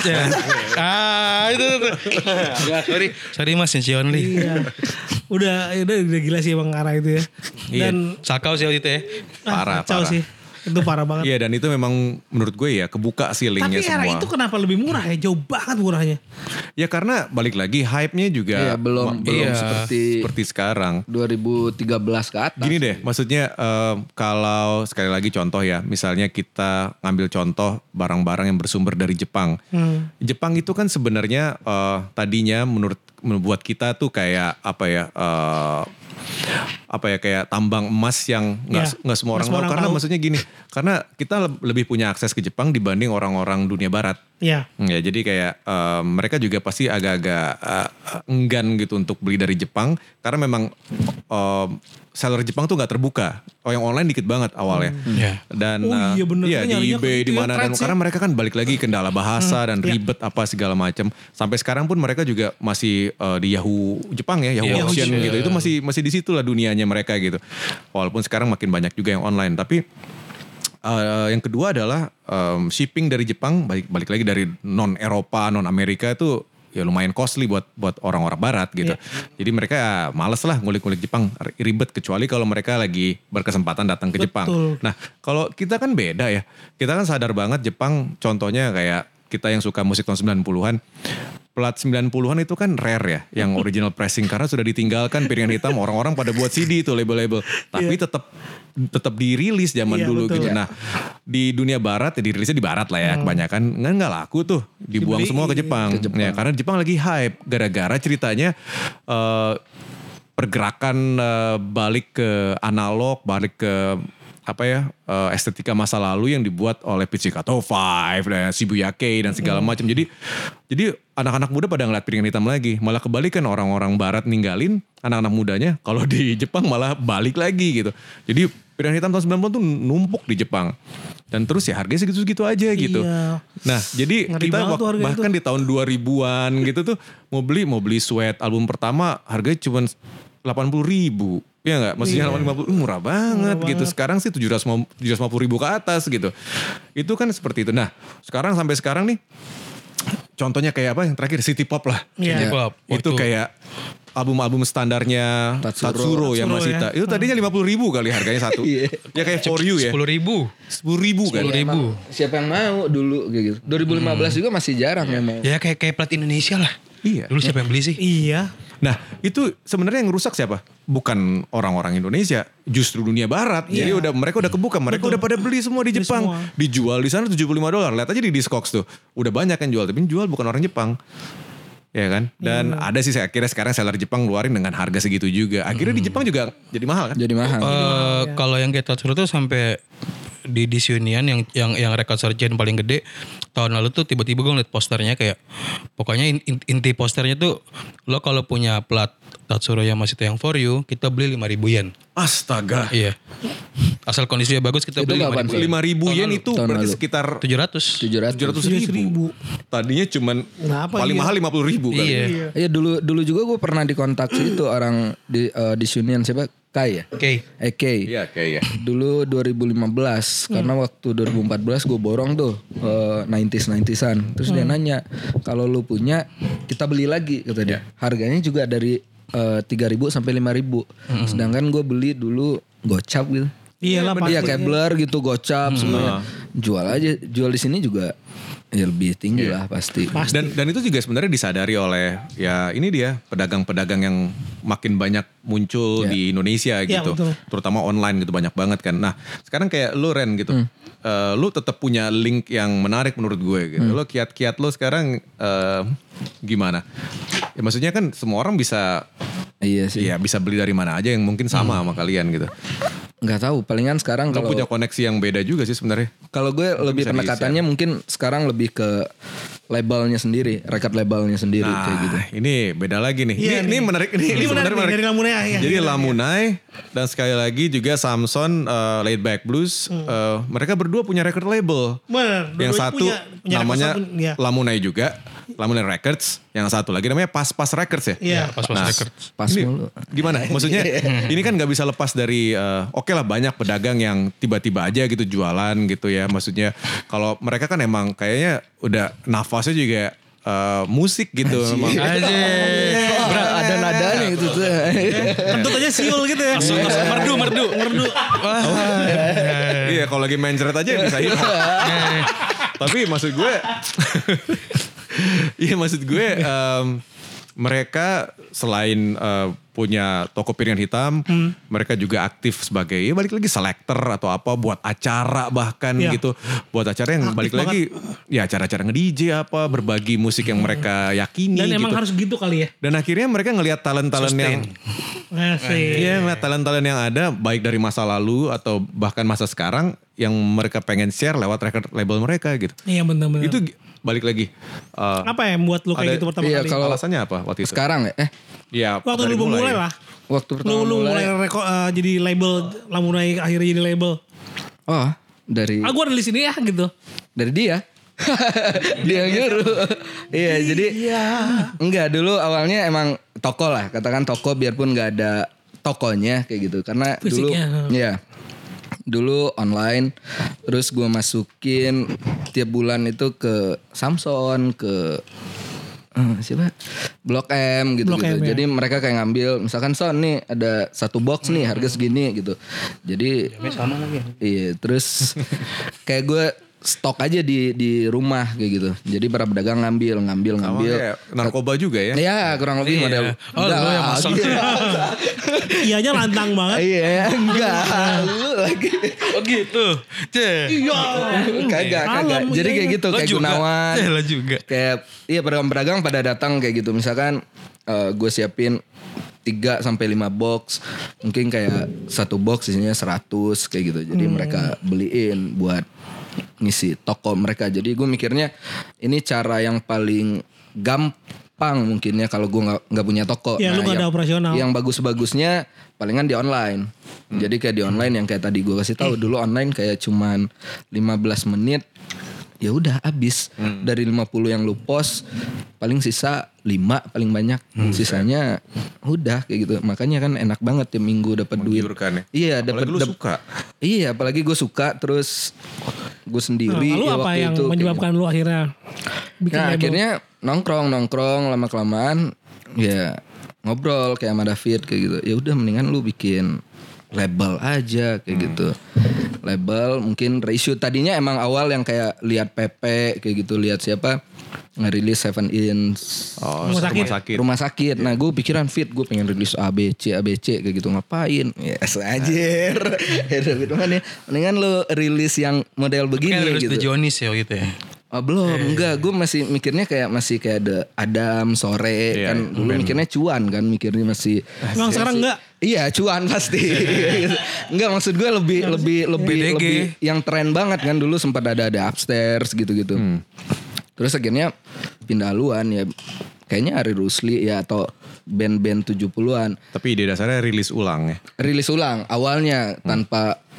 Itu. Sorry mas, nyuci only. Iya. Udah gila sih emang arah itu ya. Dan sakau sih waktu itu ya. Parah. sih. Itu parah banget. Iya, dan itu memang menurut gue ya kebuka sih linknya semua. Tapi era itu kenapa lebih murah ya? Jauh banget murahnya. Ya karena balik lagi hype-nya juga belum seperti sekarang. 2013 ke atas. Gini deh, maksudnya kalau sekali lagi contoh ya, misalnya kita ngambil contoh barang-barang yang bersumber dari Jepang. Jepang itu kan sebenarnya tadinya membuat kita tuh kayak kayak tambang emas yang nggak semua orang tahu. Karena maksudnya gini, karena kita lebih punya akses ke Jepang dibanding orang-orang dunia barat. Iya. Ya jadi kayak mereka juga pasti agak-agak enggan gitu untuk beli dari Jepang karena memang seller Jepang tuh nggak terbuka. Yang online dikit banget awalnya. Dan di eBay di mana dan karena mereka kan balik lagi kendala bahasa dan ribet apa segala macam. Sampai sekarang pun mereka juga masih di Yahoo Jepang ya, Yahoo Auction gitu. Itu masih di situ lah dunianya mereka gitu. Walaupun sekarang makin banyak juga yang online, tapi yang kedua adalah shipping dari Jepang balik lagi dari non Eropa, non Amerika itu ya lumayan costly buat orang-orang barat gitu. Jadi mereka males lah ngulik-ngulik Jepang, ribet kecuali kalau mereka lagi berkesempatan datang ke Jepang. Nah, kalau kita kan beda ya. Kita kan sadar banget Jepang contohnya kayak kita yang suka musik tahun 90-an. Plat 90-an itu kan rare ya, yang original pressing karena sudah ditinggalkan piringan hitam, orang-orang pada buat CD itu label-label. Tapi tetap dirilis zaman dulu gitu. Nah, di dunia barat ya dirilisnya di barat lah ya kebanyakan nggak laku tuh, dibuang semua ke Jepang. Ya, karena Jepang lagi hype gara-gara ceritanya pergerakan balik ke analog, balik ke estetika masa lalu yang dibuat oleh Pizzicato 5 dan Shibuya Kei dan segala macam. Jadi anak-anak muda pada ngeliat piringan hitam lagi. Malah kebalikan orang-orang barat ninggalin anak-anak mudanya. Kalau di Jepang malah balik lagi gitu. Jadi piringan hitam tahun 90 tuh numpuk di Jepang. Dan terus ya harganya segitu-segitu aja gitu. Nah jadi ngeri kita bahkan itu. di tahun 2000-an gitu tuh mau beli sweat album pertama harganya cuma 80.000. Iya gak? Maksudnya 50 murah banget gitu. Sekarang sih 750 ribu ke atas gitu. Itu kan seperti itu. Nah sampai sekarang nih. Contohnya kayak apa yang terakhir City Pop lah. City Pop. Itu kayak album-album standarnya Tatsuro ya Mas Ita. Itu tadinya 50 ribu kali harganya satu. Ya kayak For You ya. 10 ribu kan. 10 ribu. Siapa yang mau dulu kayak gitu. 2015 juga masih jarang yang mau. Ya kayak plat Indonesia lah. Iya. Dulu siapa yang beli sih? Iya. Nah itu sebenarnya yang rusak siapa? Bukan orang-orang Indonesia, justru dunia Barat. Jadi mereka udah kebuka, mereka udah pada beli semua di Jepang, dijual di sana $75. Lihat aja di Discogs tuh, udah banyak yang jual, tapi yang jual bukan orang Jepang, ya kan? Dan ada sih akhirnya sekarang seller Jepang ngeluarin dengan harga segitu juga. Akhirnya di Jepang juga jadi mahal kan? Jadi mahal. Kalau yang kayak Tatsuro tuh sampai di Disunian yang record surgeon paling gede tahun lalu tuh tiba-tiba gue ngeliat posternya kayak pokoknya inti posternya tuh lo kalau punya plat Tatsuro yang masih yang For You kita beli 5.000 yen. Astaga. Iya. Asal kondisinya bagus kita Itu beli kapan, 5.000. 5.000 yen itu Tahun berarti lalu. sekitar 700. 700.000. Tadinya cuman Kenapa paling iya? mahal 50.000 kali. Iya. Iya dulu juga gue pernah dikontak itu orang di Sunian siapa? Kai ya? Oke. Kay. Iya kayaknya. Dulu 2015 karena waktu 2014 gue borong tuh 90s-an. Terus dia nanya, kalau lu punya kita beli lagi kata dia. Harganya juga dari 3.000 sampai 5.000. Sedangkan gue beli dulu gocap gitu. Iyalah pasti. Iya kayak Blur gitu gocap semuanya. Jual di sini juga ya lebih tinggi lah pasti. Dan itu juga sebenarnya disadari oleh ya ini dia pedagang-pedagang yang makin banyak muncul di Indonesia gitu. betul. Terutama online gitu banyak banget kan. Nah sekarang kayak lu Ren gitu. Lu tetap punya link yang menarik menurut gue gitu. Lu kiat-kiat lu sekarang gimana? Ya maksudnya kan semua orang bisa Iya sih. ya bisa beli dari mana aja yang mungkin sama sama kalian gitu. Nggak tahu. Palingan sekarang Lu kalau punya koneksi yang beda juga sih sebenarnya. Kalau gue lebih bisa pendekatannya mungkin sekarang lebih ke labelnya sendiri, record labelnya sendiri kayak gitu. Ini beda lagi nih. Iya ini menarik ini Ini sebenarnya menarik nih, dari Lamunai ya. Jadi Lamunai dan sekali lagi juga Samson Laid Back Blues. Mereka berdua punya record label. Bener. Yang dua-duanya satu punya namanya record label, iya. Lamunai juga, Lamunai Records. Yang satu lagi namanya Pas-Pas Records ya. Iya. Pas-pas record. Pas Ini mulu. gimana? Maksudnya ini kan nggak bisa lepas dari oke lah banyak pedagang yang tiba-tiba aja gitu jualan gitu ya. Maksudnya kalau mereka kan emang kayaknya udah nafasnya juga musik gitu. Memang. Berat ada nadanya gitu tuh. Kentut aja siul gitu ya. Merdu. Iya kalau lagi main jeret aja bisa hilang. Tapi maksud gue, iya maksud gue mereka selain punya toko piringan hitam, mereka juga aktif sebagai ya balik lagi selektor atau apa buat acara bahkan Iya. gitu, buat acara yang Aktif balik lagi ya acara-acara nge-DJ apa berbagi musik yang mereka yakini Dan gitu. emang harus gitu kali ya. Dan akhirnya mereka ngelihat talent-talent yang Asik. iya ngeliat talent-talent yang ada baik dari masa lalu atau bahkan masa sekarang yang mereka pengen share lewat record label mereka gitu. Iya benar-benar. Itu balik lagi. Apa yang membuat lu kayak ada- gitu pertama iya, kali? kalau- Alasannya apa waktu itu? Sekarang ya? Iya. Waktu dari lu mulai lah. Waktu pertama Lu mulai jadi label Lamunai akhirnya jadi label. Oh dari Gue ada di sini ya gitu. dari dia. Dia nyuruh. Iya jadi enggak dulu awalnya emang toko lah, katakan toko biarpun nggak ada tokonya kayak gitu karena Fisiknya. dulu ya dulu online terus gue masukin tiap bulan itu ke Samson ke siapa Blok M gitu Blok M, ya. Jadi mereka kayak ngambil misalkan Son nih ada satu box nih harga segini gitu. Jadi Sama lagi. iya terus kayak gue stok aja di rumah kayak gitu. Jadi para pedagang ngambil. Sama kayak narkoba juga ya. Ya kurang lebih model. Oh, Enggak lu yang lah, masuk. gila. Iyanya lantang banget. Iya enggak. Lu lagi. Oh gitu. Iya. Kagak. Alam, Jadi iya. kayak gitu Lo kayak juga. Gunawan. Lo juga. Kayak iya pedagang-pedagang pada datang kayak gitu. Misalkan gue siapin 3 sampai 5 box. Mungkin kayak satu box isinya 100 kayak gitu. Jadi mereka beliin buat ngisi toko mereka. Jadi gue mikirnya ini cara yang paling gampang mungkin ya kalau gue nggak punya toko. Ya, lu nggak ada operasional. Yang bagus-bagusnya palingan di online. Jadi kayak di online yang kayak tadi gue kasih tahu dulu online kayak cuman 15 menit ya udah habis. Dari 50 yang lu post paling sisa 5 paling banyak. Sisanya udah kayak gitu. Makanya kan enak banget tiap minggu dapat duit. Menggiurkan ya. Iya, Apalagi lu suka. Iya, apalagi gue suka terus gue sendiri Lalu ya apa waktu yang itu. menyebabkan lu akhirnya bikin Nah, label? akhirnya nongkrong lama kelamaan ya ngobrol kayak sama David kayak gitu. Ya udah mendingan lu bikin label aja kayak gitu. Label mungkin reissue tadinya emang awal yang kayak lihat PP kayak gitu, lihat siapa ngerilis 7 Inch Oh, Rumah sakit. rumah sakit. Nah gue pikiran fit gue pengen rilis ABC kayak gitu ngapain? Yes anjir. Ya David mendingan lu rilis yang model begini Kan harus gitu. The Jonis ya gitu ya. Oh, belum, enggak. Gue masih mikirnya kayak ada Adam sore Iya, kan. iya. Dulu mikirnya cuan kan, mikirnya masih. Emang sekarang enggak? Iya, cuan pasti. Enggak maksud gue lebih yang tren banget kan dulu sempat ada upstairs gitu-gitu. Terus akhirnya pindah haluan ya. Kayaknya Ari Rusli ya atau band-band 70-an. Tapi ide dasarnya rilis ulang ya. Rilis ulang awalnya tanpa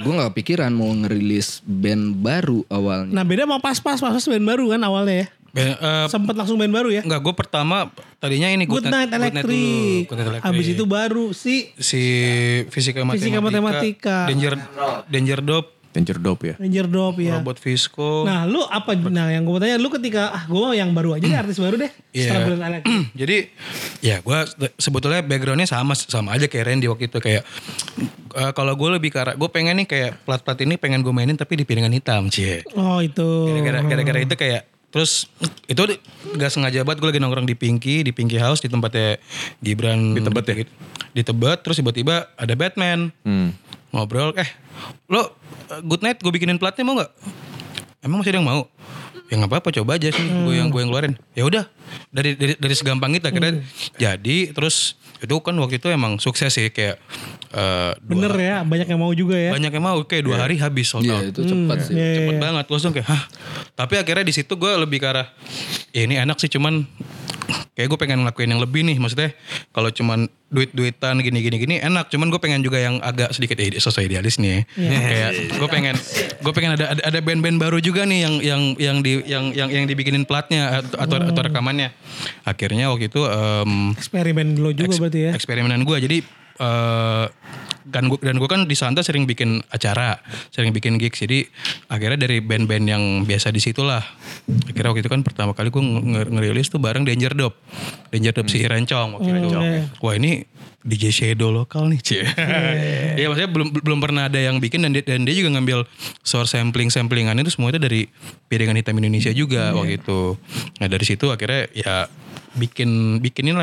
gue nggak pikiran mau ngerilis band baru awalnya. Nah beda sama pas band baru kan awalnya ya. Sempat langsung band baru ya. Enggak, gue pertama tadinya ini Good Night Electric. Habis itu baru si Fisika Matematika. Danger Dope ya. Robot Visco. Nah lu apa? Nah yang gue tanya lu ketika gue yang baru aja deh, artis baru deh. Setelah Good Night Electric. Jadi ya gue sebetulnya backgroundnya sama aja kayak Randy waktu itu kayak kalau gue lebih karena gue pengen nih kayak plat ini pengen gue mainin tapi di piringan hitam cie. Oh itu. Gara-gara itu kayak terus itu gak sengaja banget gue lagi nongkrong di Pinky House di tempatnya Gibran di Tebet ya? Di Tebet terus tiba-tiba ada Batman ngobrol lo Good Night gue bikinin platnya mau gak? Emang masih ada yang mau? Ya nggak apa-apa coba aja sih gue yang ngeluarin. Ya udah dari segampang itu akhirnya jadi terus itu kan waktu itu emang sukses sih kayak bener ya banyak yang mau juga ya. Banyak yang mau kayak 2 hari habis sold out. Itu cepat sih. Cepet banget langsung kayak tapi akhirnya di situ gue lebih ke arah ya ini enak sih cuman kayak gue pengen ngelakuin yang lebih nih maksudnya kalau cuman duitan gini enak cuman gue pengen juga yang agak sedikit sosok idealis nih kayak gue pengen ada band-band baru juga nih yang dibikinin platnya atau rekamannya akhirnya waktu itu eksperimen lo juga berarti ya eksperimenan gue jadi dan gue kan di Santa sering bikin acara, sering bikin gigs. Jadi akhirnya dari band-band yang biasa di situ lah. Akhirnya waktu itu kan pertama kali gue ngerilis tuh bareng Danger Dope si Rencong waktu itu. Wah ini DJ Shadow lokal nih cie. Ya maksudnya belum pernah ada yang bikin dan dia juga ngambil source samplingan itu semua itu dari Piringan Hitam Indonesia juga waktu itu. Nah dari situ akhirnya ya bikin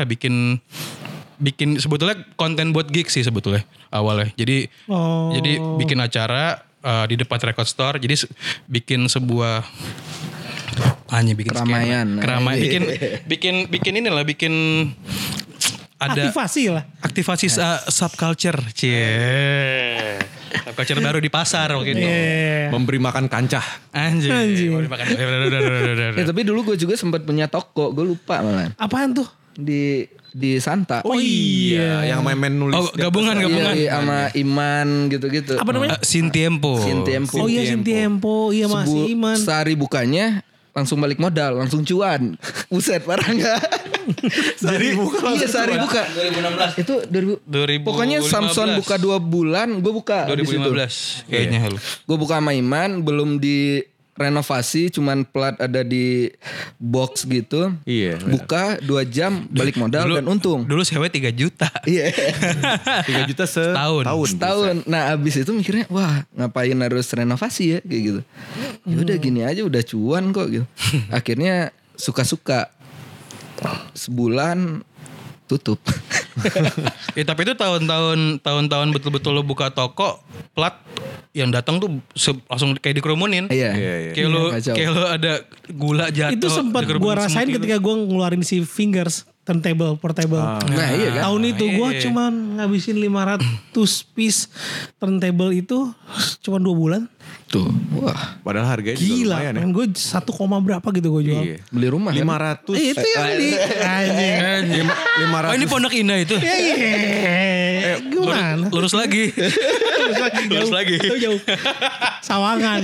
sebetulnya konten buat gig sih sebetulnya awalnya. Jadi bikin acara di depan record store. Jadi bikin sebuah bikin keramaian. Bikin inilah bikin ada aktivasi subculture. Subculture baru di pasar waktu itu. Memberi makan kancah. Anjir. Memberi makan. Tapi dulu gue juga sempat punya toko, gue lupa malah. Apaan tuh? Di Santa. Oh iya, yang main nulis. Oh, gabungan. Iya, sama Iman gitu-gitu. Apa namanya? Sintiempo. Oh iya Sintiempo, iya masih Iman. Sehari bukanya langsung balik modal, langsung cuan. Buset, parah enggak? Sehari buka. Iya, sehari buka. 2016. Itu 2000. Pokoknya Samson buka 2 bulan, gue buka 2015 kayaknya. Gue buka sama Iman, belum di renovasi, cuman plat ada di box gitu. Iya. Buka 2 jam balik modal dan untung. Dulu sewa 3 juta. Iya. 3 juta setahun. Nah abis itu mikirnya wah ngapain harus renovasi ya kayak gitu. Ya udah gini aja udah cuan kok gitu. Akhirnya suka-suka sebulan tutup. Ya tapi itu tahun-tahun betul-betul lo buka toko plat yang datang tuh langsung kayak dikerumunin. Iya. Kayak lo ada gula jatuh. Itu sempat gue rasain ketika gue ngeluarin si Fingers turntable portable. Nah iya kan. Tahun itu gue cuman ngabisin 500 piece turntable itu cuman 2 bulan. Tuh, wah. Padahal harganya gila, juga lumayan ya. Gue 1, berapa gitu gue jual. Iya. Beli rumah 500. Itu yang di anjing. 500. Oh ini Pondok Indah itu. Gimana? Lurus lagi. Jauh. Sawangan.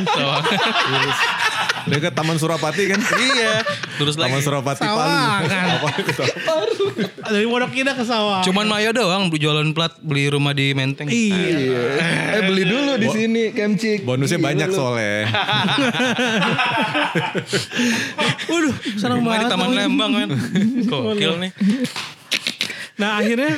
Dekat Taman Surapati kan? Iya. Lurus lagi. Taman Surapati Sawangan. Dari Pondok Indah ke Sawangan. Cuman Mayo doang jualan plat beli rumah di Menteng. Iya. Beli dulu di sini Kemcik. Bonusnya banyak soalnya. Waduh, senang Rumah banget. di Taman Lembang kan. Gokil nih. Nah akhirnya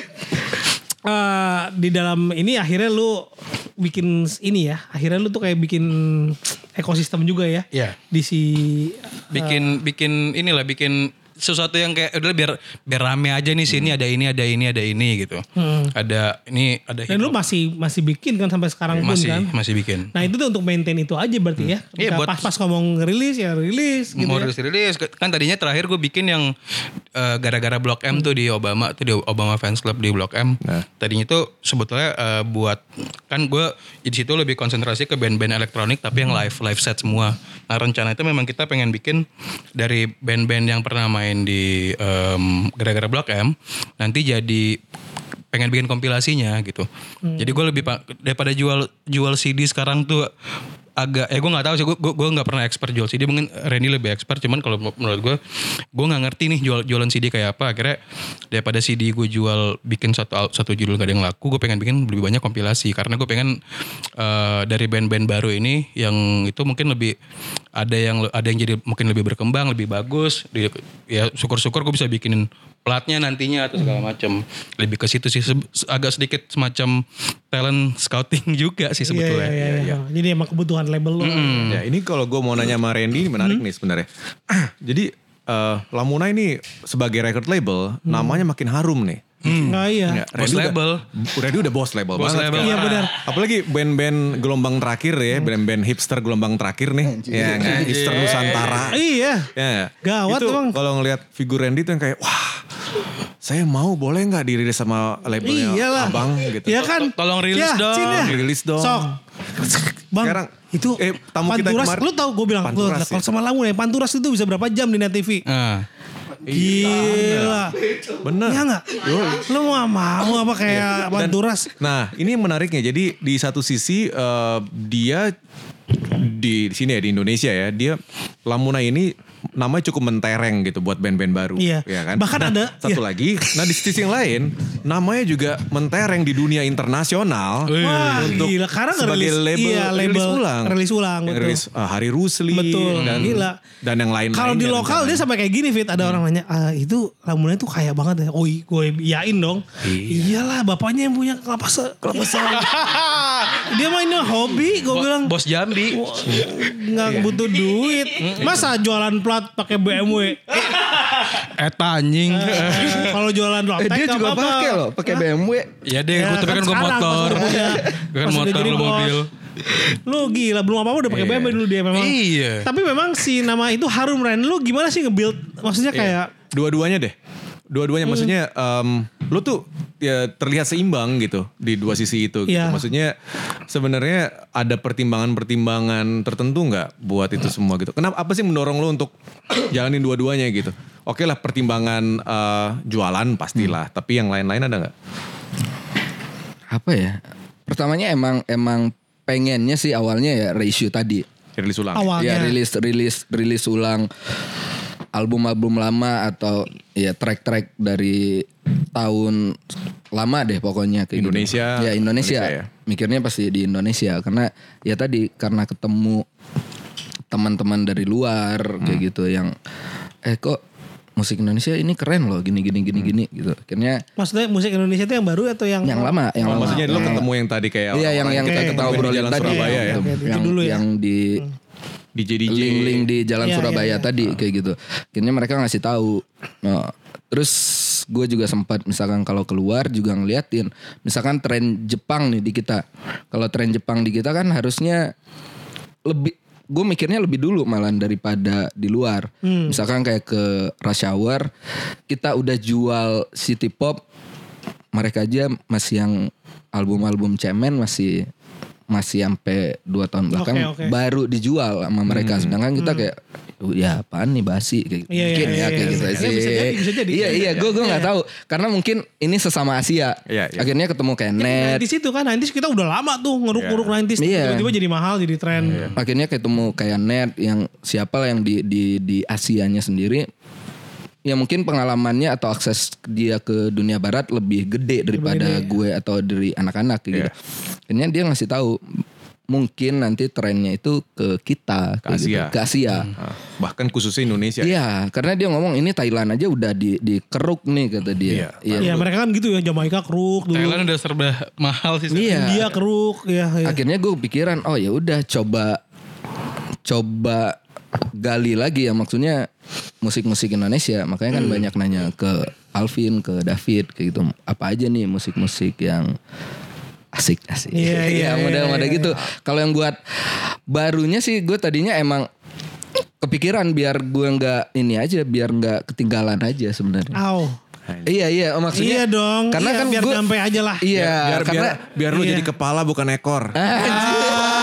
di dalam ini akhirnya lu bikin ini ya. Akhirnya lu tuh kayak bikin ekosistem juga ya. Iya. Di si bikin bikin sesuatu yang kayak udah biar rame aja nih sini ada ini gitu. Ada dan lu masih bikin kan sampai sekarang pun kan? Masih bikin. Nah itu tuh untuk maintain itu aja berarti ya. Iya, Pas ngomong rilis gitu mau ya. rilis kan tadinya terakhir gue bikin yang gara-gara Blok M tuh di Obama Fans Club di Blok M. Nah. Tadinya tuh sebetulnya buat kan gue di situ lebih konsentrasi ke band-band elektronik tapi yang live set semua. Nah rencana itu memang kita pengen bikin dari band-band yang pernah main di gara-gara Blok M nanti jadi pengen bikin kompilasinya gitu. Jadi gue lebih daripada jual CD sekarang tuh agak gue nggak tahu sih, gue nggak pernah expert jual CD, mungkin Randy lebih expert, cuman kalau menurut gue nggak ngerti nih jualan CD kayak apa. Akhirnya daripada CD gue jual bikin satu judul gak ada yang laku, gue pengen bikin lebih banyak kompilasi, karena gue pengen dari band-band baru ini yang itu mungkin lebih ada yang jadi mungkin lebih berkembang, lebih bagus, ya syukur-syukur gue bisa bikinin platnya nantinya atau segala macam. Lebih ke situ sih, agak sedikit semacam talent scouting juga sih sebetulnya. Iya. Jadi emang kebutuhan label lo. Ya ini kalau gue mau nanya sama Randy, menarik nih sebenarnya. Jadi Lamuna ini sebagai record label namanya makin harum nih. Nah iya. Bos label. Randy udah bos label banget. Iya benar. Apalagi band-band gelombang terakhir ya, band-band hipster gelombang terakhir nih. Ya nggak? Hipster Nusantara. Iya. Ya. Gawat itu emang. kalau ngelihat figur Randy tuh yang kayak wah, saya mau boleh nggak dirilis sama labelnya Iyalah. abang gitu. Iya kan? Tolong rilis dong. Cin ya. Rilis dong. Sok. Bang, Sekarang, itu tamu kita Panturas, kemarin- lu tau gue bilang, Panturas kalau ya. sama Lamuna ya, Panturas itu bisa berapa jam di Net TV? Gila. Bener. Iya gak? Lu mau apa kayak Panturas? Nah, ini yang menariknya. Jadi di satu sisi dia di sini ya, di Indonesia ya, dia Lamuna ini namanya cukup mentereng gitu buat band-band baru. Iya. Ya kan? Bahkan Nah, ada satu lagi. Nah di sisi yang lain, namanya juga mentereng di dunia internasional. Wah untuk gila, karena sebagai ngerilis, label rilis ulang. betul. Yang rilis Hari Rusli. Betul, dan, gila. Dan yang lain. Kalau di lokal dia sampai kayak gini Fit, ada orang nanya, itu Lamuna itu kaya banget ya. Oh gue iyain dong. Iyalah bapaknya yang punya kelapa sawit. Dia mainnya hobi, gue bilang. Bos Jambi. Nggak butuh duit. Masa jualan plat pakai BMW? Anjing. Kalau jualan lotek Dia juga pakai loh, pakai BMW. Ya deh, gue tapi kan gue sekarang motor. pas udah punya. Gue kan Pas udah motor, jadi lu bos. mobil. Lu gila, belum apa-apa udah pakai BMW dulu dia memang. Iya. Tapi memang si nama itu harum Ren. Lu gimana sih nge-build? Maksudnya kayak Dua-duanya deh. Dua-duanya maksudnya lu tuh ya terlihat seimbang gitu di dua sisi itu gitu. Iya. Maksudnya sebenarnya ada pertimbangan-pertimbangan tertentu nggak buat itu semua gitu. Kenapa, apa sih mendorong lu untuk jalanin dua-duanya gitu? Oke lah, pertimbangan jualan pastilah, tapi yang lain-lain ada nggak? Apa ya? Pertamanya emang pengennya sih awalnya ya reissue tadi. Rilis ulang. awalnya. Ya rilis ulang album-album lama atau ya track-track dari tahun lama deh pokoknya kayak Indonesia. gitu. Ya Indonesia. Ya. Mikirnya pasti di Indonesia karena ya tadi karena ketemu teman-teman dari luar kayak gitu yang kok musik Indonesia ini keren loh gini gitu. Akhirnya Maksudnya musik Indonesia itu yang baru atau yang lama, yang lama. Maksudnya lu ketemu yang tadi kayak Iya yang orang-orang kita kayak ketahui di obrolin Jalan tadi Surabaya ya. Oke, itu dulu ya. yang di DJ link di Jalan Iya, Surabaya iya. tadi kayak gitu. Akhirnya mereka ngasih tahu. Nah, terus gue juga sempat misalkan kalau keluar juga ngeliatin. Misalkan tren Jepang nih di kita. Kalau tren Jepang di kita kan harusnya lebih, gue mikirnya lebih dulu malah daripada di luar. Misalkan kayak ke Rush Hour, kita udah jual city pop, mereka aja masih yang album-album cemen masih sampai 2 tahun belakang Oke. baru dijual sama mereka. Sedangkan kita kayak ya apaan nih basi kayak gitu. Iya, Mungkin iya, ya iya, kayak iya. gitu Iya, sih. bisa jadi. Iya, gue nggak tahu karena mungkin ini sesama Asia. Iya, iya. Akhirnya ketemu kayak Net. di situ kan 90s kita udah lama tuh ngeruk-ngeruk 90s. Iya. Tiba-tiba jadi mahal, jadi tren. Akhirnya ketemu kayak Net yang siapa lah yang di Asianya sendiri. Ya mungkin pengalamannya atau akses dia ke dunia barat lebih gede daripada gue atau dari anak-anak kayak gitu. Akhirnya dia ngasih tahu mungkin nanti trennya itu ke kita Ke Asia. Ke Asia. Bahkan khususnya Indonesia. Iya, karena dia ngomong ini Thailand aja udah dikeruk nih kata dia. Iya mereka kan gitu ya, Jamaika keruk dulu. Thailand udah serba mahal sih. Iya. India keruk ya. Akhirnya gue pikiran, oh ya udah coba gali lagi ya, maksudnya musik-musik Indonesia. Makanya kan banyak nanya ke Alvin, ke David kayak gitu. Apa aja nih musik-musik yang asik. Iya, Model-model gitu. Kalau yang buat barunya sih gue tadinya emang kepikiran biar gue nggak ini aja, biar nggak ketinggalan aja sebenarnya. Au. Iya maksudnya. Iya dong. Karena iya, kan biar gue sampai aja lah. Iya, biar lu Iya. jadi kepala bukan ekor.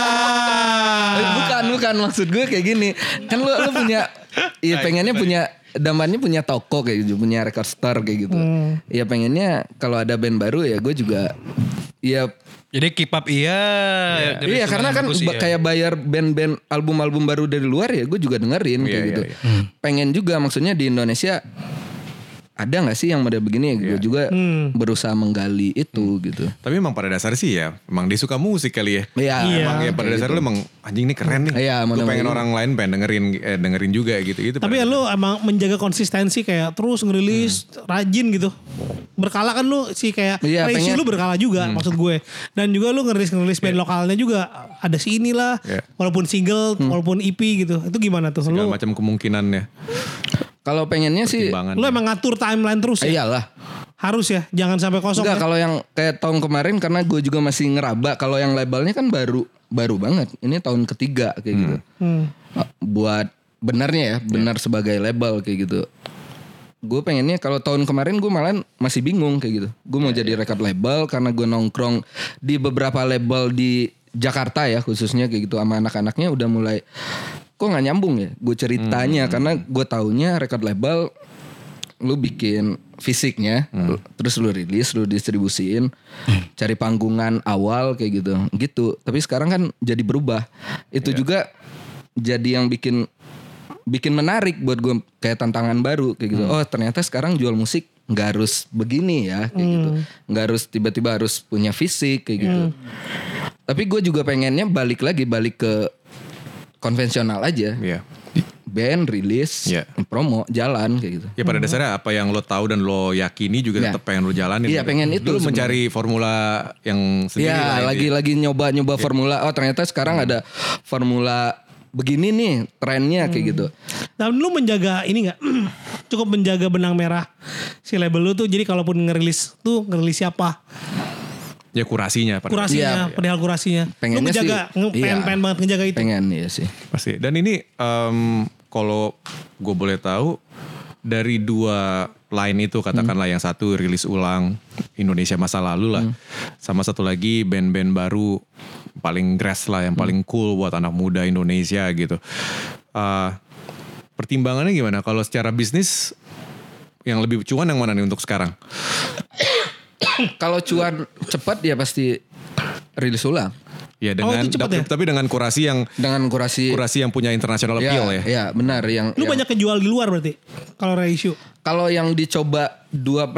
Bukan maksud gue kayak gini. Kan lu punya pengennya punya Dambannya punya toko kayak gitu, punya record store kayak gitu. Ya pengennya kalau ada band baru ya gue juga ya. Jadi keep up iya. Iya karena kan kayak bayar band-band album-album baru dari luar ya gue juga dengerin kayak gitu. Pengen juga maksudnya di Indonesia ada gak sih yang model begini ya? Gue juga berusaha menggali itu gitu. Tapi emang pada dasarnya sih ya, emang dia suka musik kali ya. Iya. Emang ya pada dasarnya emang anjing ini keren nih. Iya, gue pengen gitu. orang lain pengen dengerin juga gitu. Tapi ya lu emang menjaga konsistensi kayak terus ngerilis rajin gitu. Berkala kan lu sih kayak ratio lu berkala juga maksud gue. Dan juga lu ngerilis band lokalnya juga ada si inilah. Walaupun single, walaupun EP gitu. Itu gimana tuh? Segala lu macam kemungkinannya. Kalau pengennya sih lu emang ngatur timeline terus ya? Iyalah. Harus ya, jangan sampai kosong. Enggak, ya? kalau yang kayak tahun kemarin karena gue juga masih ngeraba. Kalau yang labelnya kan baru banget. Ini tahun ketiga kayak gitu. Buat benarnya ya, benar sebagai label kayak gitu. Gue pengennya kalau tahun kemarin gue malah masih bingung kayak gitu. Gue mau jadi record label karena gue nongkrong di beberapa label di Jakarta ya khususnya kayak gitu sama anak-anaknya udah mulai kok nggak nyambung ya gue ceritanya karena gue taunya record label lu bikin fisiknya terus lu rilis lu distribusiin cari panggungan awal kayak gitu tapi sekarang kan jadi berubah itu juga jadi yang bikin menarik buat gue kayak tantangan baru kayak gitu oh ternyata sekarang jual musik nggak harus begini ya kayak gitu nggak harus tiba-tiba harus punya fisik kayak gitu tapi gue juga pengennya balik ke konvensional aja. Iya. Band rilis, promo, jalan kayak gitu. Ya pada dasarnya apa yang lo tahu dan lo yakini juga tetap pengen lo jalanin. Iya, pengen itu. Lo mencari formula yang sendiri. Iya, lagi nyoba formula. Oh, ternyata sekarang ada formula begini nih trennya kayak gitu. Dan lu menjaga ini enggak cukup menjaga benang merah si label lu tuh jadi kalaupun ngerilis siapa? Ya kurasinya. Padahal kurasinya. Pengennya lu menjaga, pengen banget ngejaga itu. Pengen ya sih. Pasti. Dan ini kalau gue boleh tahu dari dua line itu katakanlah yang satu rilis ulang Indonesia masa lalu lah. Sama satu lagi band-band baru paling grass lah yang paling cool buat anak muda Indonesia gitu. Pertimbangannya gimana? Kalau secara bisnis yang lebih cuan yang mana nih untuk sekarang? Kalau cuan cepat ya pasti rilis ulang. Ya dengan tapi dengan kurasi yang punya international appeal ya. Ya benar yang lu banyak kejual di luar berarti kalau reissue. Kalau yang dicoba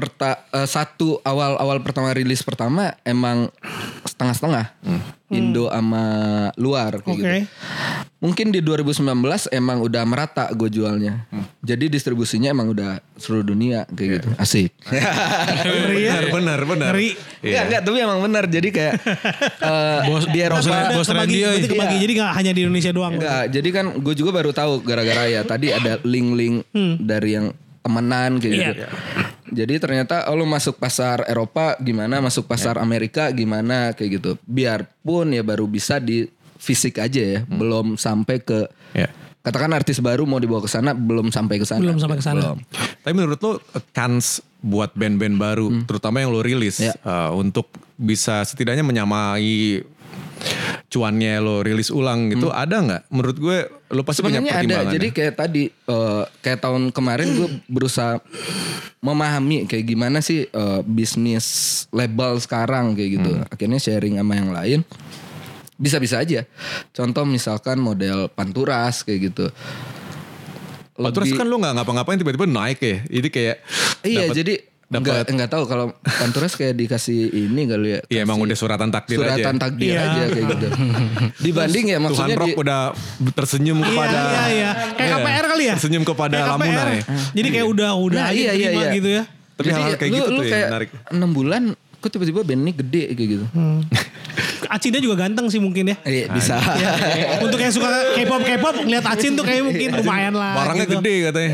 satu awal pertama rilis pertama emang setengah-setengah. Indo sama luar kayak gitu. Mungkin di 2019 emang udah merata gue jualnya. Jadi distribusinya emang udah seluruh dunia kayak gitu. Asik. Benar. Enggak, tapi emang benar. Jadi kayak di Eropa bos radio kebagi. Jadi gak hanya di Indonesia doang. Enggak, jadi kan gue juga baru tahu gara-gara ya tadi ada link-link dari yang temenan kayak gitu. Jadi ternyata lu masuk pasar Eropa gimana, masuk pasar Amerika gimana kayak gitu. Biarpun ya baru bisa di fisik aja ya, belum sampai ke katakan artis baru mau dibawa ke sana belum sampai ke sana. Tapi menurut lo kans buat band-band baru terutama yang lo rilis untuk bisa setidaknya menyamai cuannya lo rilis ulang gitu ada nggak? Menurut gue lo pasti punya pertimbangan. Ada. Jadi kayak tadi kayak tahun kemarin gue berusaha memahami kayak gimana sih bisnis label sekarang kayak gitu. Akhirnya sharing sama yang lain. Bisa-bisa aja. Contoh misalkan model Panturas kayak gitu. Panturas kan lo nggak ngapa-ngapain tiba-tiba naik ya. Jadi kayak jadi Enggak tahu kalau Panturas kayak dikasih ini kali ya. Iya emang udah suratan takdir aja kayak gitu. Dibanding ya maksudnya Tuhan Rock udah tersenyum kepada kayak KPR kali ya. Tersenyum kepada Lamunai. Jadi kayak udah aja terima gitu ya. Tapi hal kayak gitu tuh ya menarik. 6 bulan kok tiba-tiba band ini gede kayak gitu. Acinnya juga ganteng sih mungkin ya. Iya bisa. Untuk yang suka K-pop ngeliat Acin tuh kayak mungkin lumayan lah. Barangnya gitu. Gede katanya.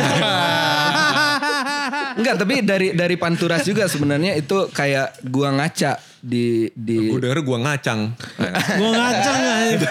Enggak, tapi dari Panturas juga sebenarnya itu kayak gua ngaca di Gue denger gua ngacang. Gua ngacang aja.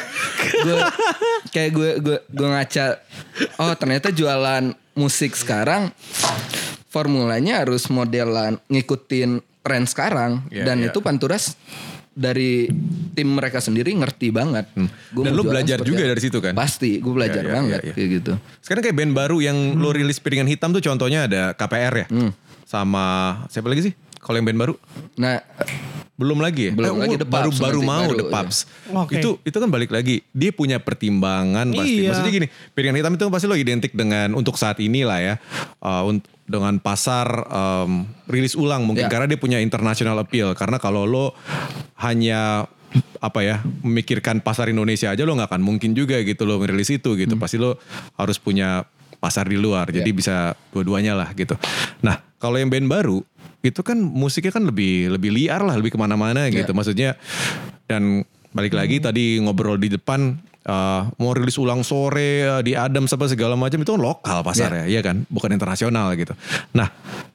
Gue ngaca. Oh, ternyata jualan musik sekarang formulanya harus modelan ngikutin tren sekarang dan itu Panturas dari tim mereka sendiri ngerti banget. Gua Dan mau lu jualan belajar seperti juga apa. dari situ kan? Pasti, gue belajar banget kayak gitu. Sekarang kayak band baru yang lo rilis piringan hitam tuh contohnya ada KPR ya. Sama siapa lagi sih? Kalau yang band baru? Nah, Belum lagi ya? Belum lagi, The Pups baru nanti, mau baru, The Pups. Oke. Itu kan balik lagi. Dia punya pertimbangan pasti. Iya. Maksudnya gini, piringan hitam itu pasti lo identik dengan untuk saat ini lah ya. Dengan pasar rilis ulang mungkin. Ya. Karena dia punya international appeal. Karena kalau lo hanya memikirkan pasar Indonesia aja lo gak akan mungkin juga gitu lo merilis itu gitu. Pasti lo harus punya pasar di luar. Jadi bisa dua-duanya lah gitu. Nah kalau yang band baru itu kan musiknya kan lebih liar lah, lebih kemana-mana gitu. Maksudnya dan balik lagi tadi ngobrol di depan mau rilis ulang sore di Adams apa segala macam itu kan lokal pasarnya, ya kan, bukan internasional gitu. Nah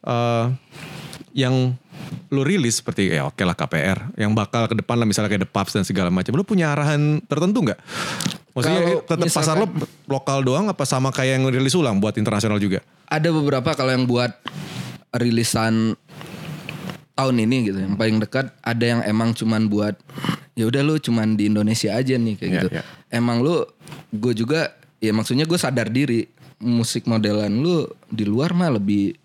yang lo rilis seperti ya oke lah KPR, yang bakal ke depan lah misalnya kayak The Pups dan segala macam, lo punya arahan tertentu nggak? Maksudnya Kalau tetap pasar lo lokal doang apa sama kayak yang rilis ulang buat internasional juga? ada beberapa kalau yang buat rilisan tahun ini gitu, yang paling dekat ada yang emang cuman buat ya udah lu cuman di Indonesia aja nih kayak gitu. Emang lu, gue juga ya maksudnya gue sadar diri musik modelan lu di luar mah lebih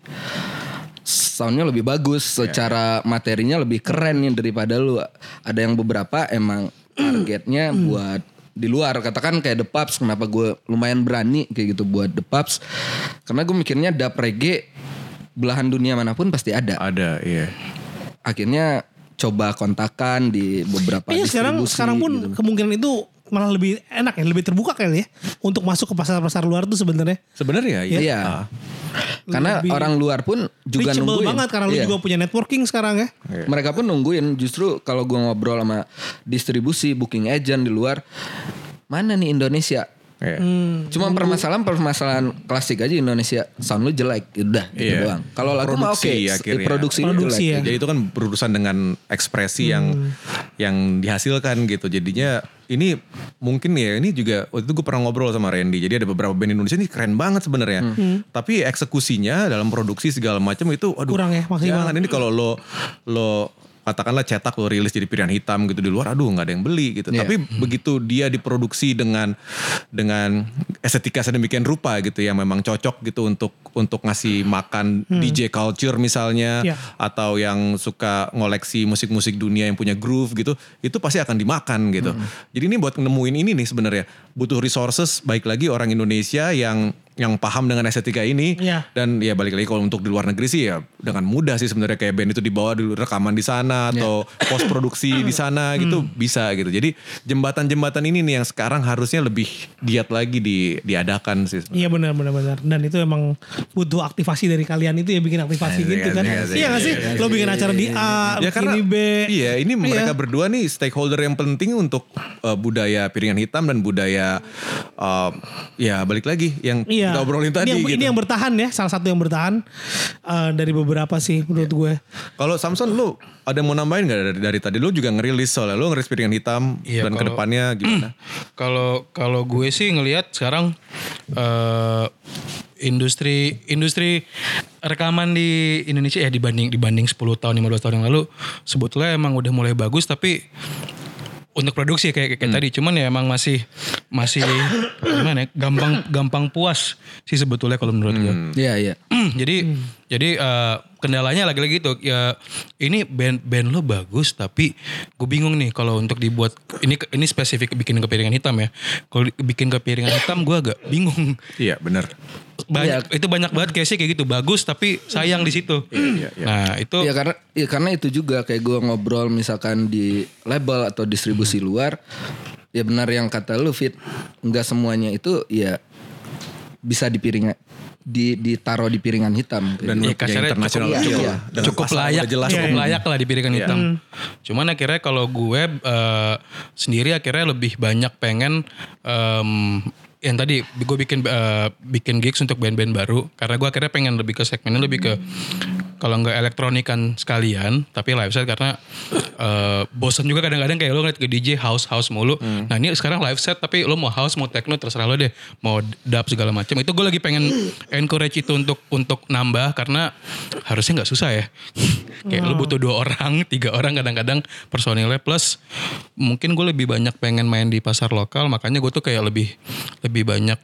soundnya lebih bagus, secara materinya lebih keren nih daripada lu. Ada yang beberapa emang targetnya buat di luar, katakan kayak The Pups. Kenapa gue lumayan berani kayak gitu buat The Pups? Karena gue mikirnya dub reggae belahan dunia manapun pasti ada. Ada, iya. Akhirnya coba kontakan di beberapa Kayaknya distribusi. sekarang pun gitu. kemungkinan itu malah lebih enak ya, lebih terbuka kali ya untuk masuk ke pasar-pasar luar tuh sebenarnya. Sebenarnya ya. Iya. Karena Lebih orang luar pun juga reachable nungguin. banget karena lu Iya. juga punya networking sekarang ya. Mereka pun nungguin. Justru kalau gue ngobrol sama distribusi, booking agent di luar, mana nih Indonesia? Iya. Cuma permasalahan klasik aja Indonesia, sound lu jelek, udah gitu Iya. doang. Kalau lagu mah oke, Produksi akhirnya. produksi Produksi jelek. ya. Jadi itu kan berurusan dengan ekspresi yang dihasilkan gitu. Jadinya ini mungkin ya, ini juga waktu itu gue pernah ngobrol sama Randy. Jadi ada beberapa band Indonesia ini keren banget sebenarnya. Tapi eksekusinya dalam produksi segala macam itu aduh. Kurang ya, maksimal. Jangan, ini kalau lo katakanlah cetak lo rilis jadi piringan hitam gitu di luar, aduh nggak ada yang beli gitu. Iya. Tapi begitu dia diproduksi dengan estetika sedemikian rupa gitu ya, memang cocok gitu untuk ngasih makan DJ culture misalnya, Iya. atau yang suka ngoleksi musik-musik dunia yang punya groove gitu, itu pasti akan dimakan gitu. Jadi ini buat nemuin ini nih sebenarnya butuh resources, baik lagi orang Indonesia yang paham dengan estetika ini. Iya. Dan ya balik lagi kalau untuk di luar negeri sih ya dengan mudah sih sebenarnya, kayak band itu dibawa dulu rekaman di sana atau post produksi di sana gitu bisa gitu. Jadi jembatan-jembatan ini nih yang sekarang harusnya lebih giat lagi diadakan sih. Iya benar. Dan itu emang butuh aktivasi dari kalian itu ya, bikin aktivasi gitu kan. Iya gak sih? Lo bikin acara di A, Ya karena ini B. iya ini mereka berdua nih stakeholder yang penting untuk budaya piringan hitam dan budaya ya balik lagi yang kita obrolin tadi gitu. Ini yang bertahan ya, salah satu yang bertahan dari beberapa sih menurut gue. Kalau Samson lu ada mau nambahin gak dari tadi? Lu juga ngerilis soalnya, lu ngerilis piringan hitam Iya, dan kalau- kedepannya gimana? Kalau gue sih ngelihat sekarang industri rekaman di Indonesia ya dibanding 10 tahun 15 tahun yang lalu sebetulnya emang udah mulai bagus, tapi untuk produksi kayak tadi cuman ya emang masih gimana ya, gampang puas sih sebetulnya kalau menurut gue. Iya. Jadi kendalanya lagi-lagi itu ya, ini band lo bagus tapi gue bingung nih kalau untuk dibuat ini spesifik bikin ke piringan hitam ya. Kalau bikin ke piringan hitam gue agak bingung. Iya benar. Itu banyak banget case kayak gitu, bagus tapi sayang di situ. Iya. Nah, itu Karena itu juga kayak gue ngobrol misalkan di label atau distribusi luar, ya benar yang kata lu Fit, nggak semuanya itu ya bisa ditaruh di piringan hitam Dan gitu. lu punya kasarnya international cukup- appeal iya, lah. Dengan cukup pasar layak, udah jelas. cukup layak lah di piringan hitam. Cuman akhirnya kalau gue sendiri akhirnya lebih banyak pengen yang tadi gue bikin gigs untuk band-band baru, karena gue akhirnya pengen lebih ke segmennya lebih ke kalau nggak elektronikan sekalian, tapi live set karena bosan juga kadang-kadang kayak lo ngeliat ke DJ house mulu. Nah ini sekarang live set tapi lo mau house mau techno terserah lo deh, mau dub segala macam. Itu gue lagi pengen encourage itu untuk nambah karena harusnya nggak susah ya. Kayak lo butuh 2 orang, 3 orang kadang-kadang personilnya, plus mungkin gue lebih banyak pengen main di pasar lokal, makanya gue tuh kayak lebih banyak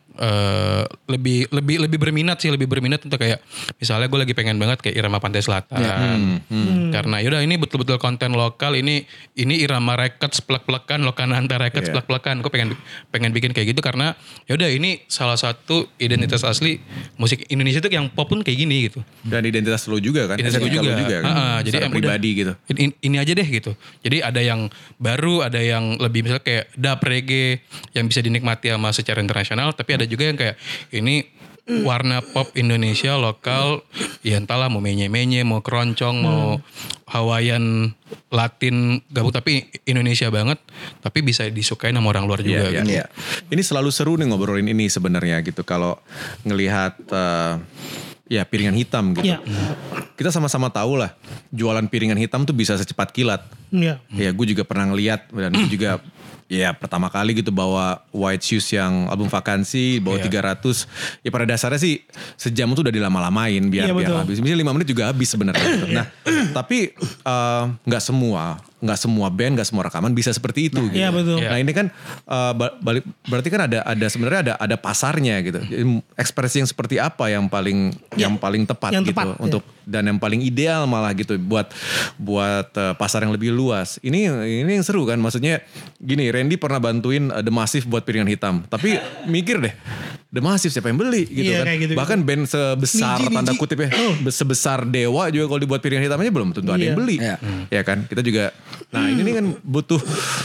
lebih berminat untuk kayak misalnya gue lagi pengen banget kayak irama Pantai Selatan karena yaudah ini betul-betul konten lokal, ini irama records plek-plekan, Lokananta records plek-plekan, gue pengen bikin kayak gitu karena yaudah ini salah satu identitas asli musik Indonesia tuh yang pop pun kayak gini gitu, dan identitas lo juga kan, identitas gue juga kan? Jadi pribadi gitu, ini aja deh gitu. Jadi ada yang baru, ada yang lebih misalnya kayak dub reggae yang bisa dinikmati sama secara internasional, tapi ada juga yang kayak ini warna pop Indonesia lokal, ya entahlah mau menye-menye, mau keroncong, mau Hawaiian, Latin, gabung tapi Indonesia banget, tapi bisa disukain sama orang luar juga. Gitu. Ini selalu seru nih ngobrolin ini sebenarnya gitu, kalau ngelihat piringan hitam gitu. Kita sama-sama tahu lah jualan piringan hitam tuh bisa secepat kilat. Ya gue juga pernah ngeliat, dan gue juga pertama kali gitu bawa White Shoes yang album Vakansi bawa 300. Ya pada dasarnya sih sejam tuh udah dilama-lamain biar habis. Misalnya 5 menit juga habis sebenarnya gitu. Nah, tapi nggak semua band, nggak semua rekaman bisa seperti itu gitu. Iya betul. Nah ini kan berarti kan ada sebenarnya ada pasarnya gitu. Jadi, ekspresi yang seperti apa yang paling tepat yang gitu tepat, untuk dan yang paling ideal malah gitu buat pasar yang lebih luas. Ini yang seru kan, maksudnya gini, Randy pernah bantuin The Massive buat piringan hitam, tapi mikir deh, The Massive siapa yang beli gitu kan. Gitu, bahkan band sebesar tanda kutip ya, sebesar Dewa juga kalau dibuat piringan hitam aja belum tentu ada yang beli. Ya kan, kita juga. Nah ini kan butuh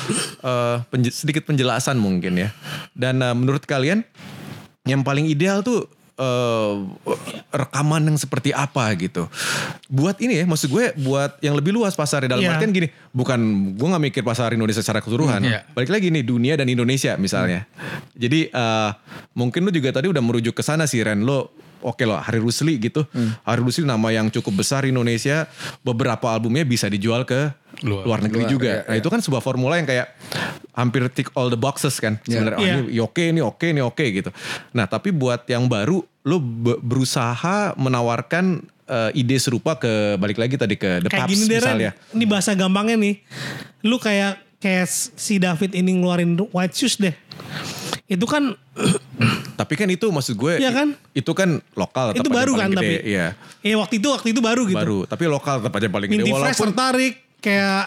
sedikit penjelasan mungkin ya. Dan menurut kalian yang paling ideal tuh rekaman yang seperti apa gitu? Buat ini ya, maksud gue buat yang lebih luas pasarnya, dalam artian gini, bukan gue gak mikir pasar Indonesia secara keseluruhan. Balik lagi nih, dunia dan Indonesia misalnya. Jadi mungkin lu juga tadi udah merujuk ke sana sih Ren, lo oke loh, Hari Rusli gitu. Hari Rusli nama yang cukup besar Indonesia, beberapa albumnya bisa dijual ke luar negeri juga. Nah itu kan sebuah formula yang kayak hampir tick all the boxes kan. Sebenarnya ini oke gitu. Nah tapi buat yang baru, lo berusaha menawarkan ide serupa ke, balik lagi tadi ke The Paps misalnya. Ini bahasa gampangnya nih, lu kayak si David ini ngeluarin White Shoes deh. Itu kan tapi kan itu maksud gue kan? Itu kan lokal itu baru kan gede, tapi waktu itu baru gitu. Baru, tapi lokal tetap aja paling gede. Minty Fresh tertarik kayak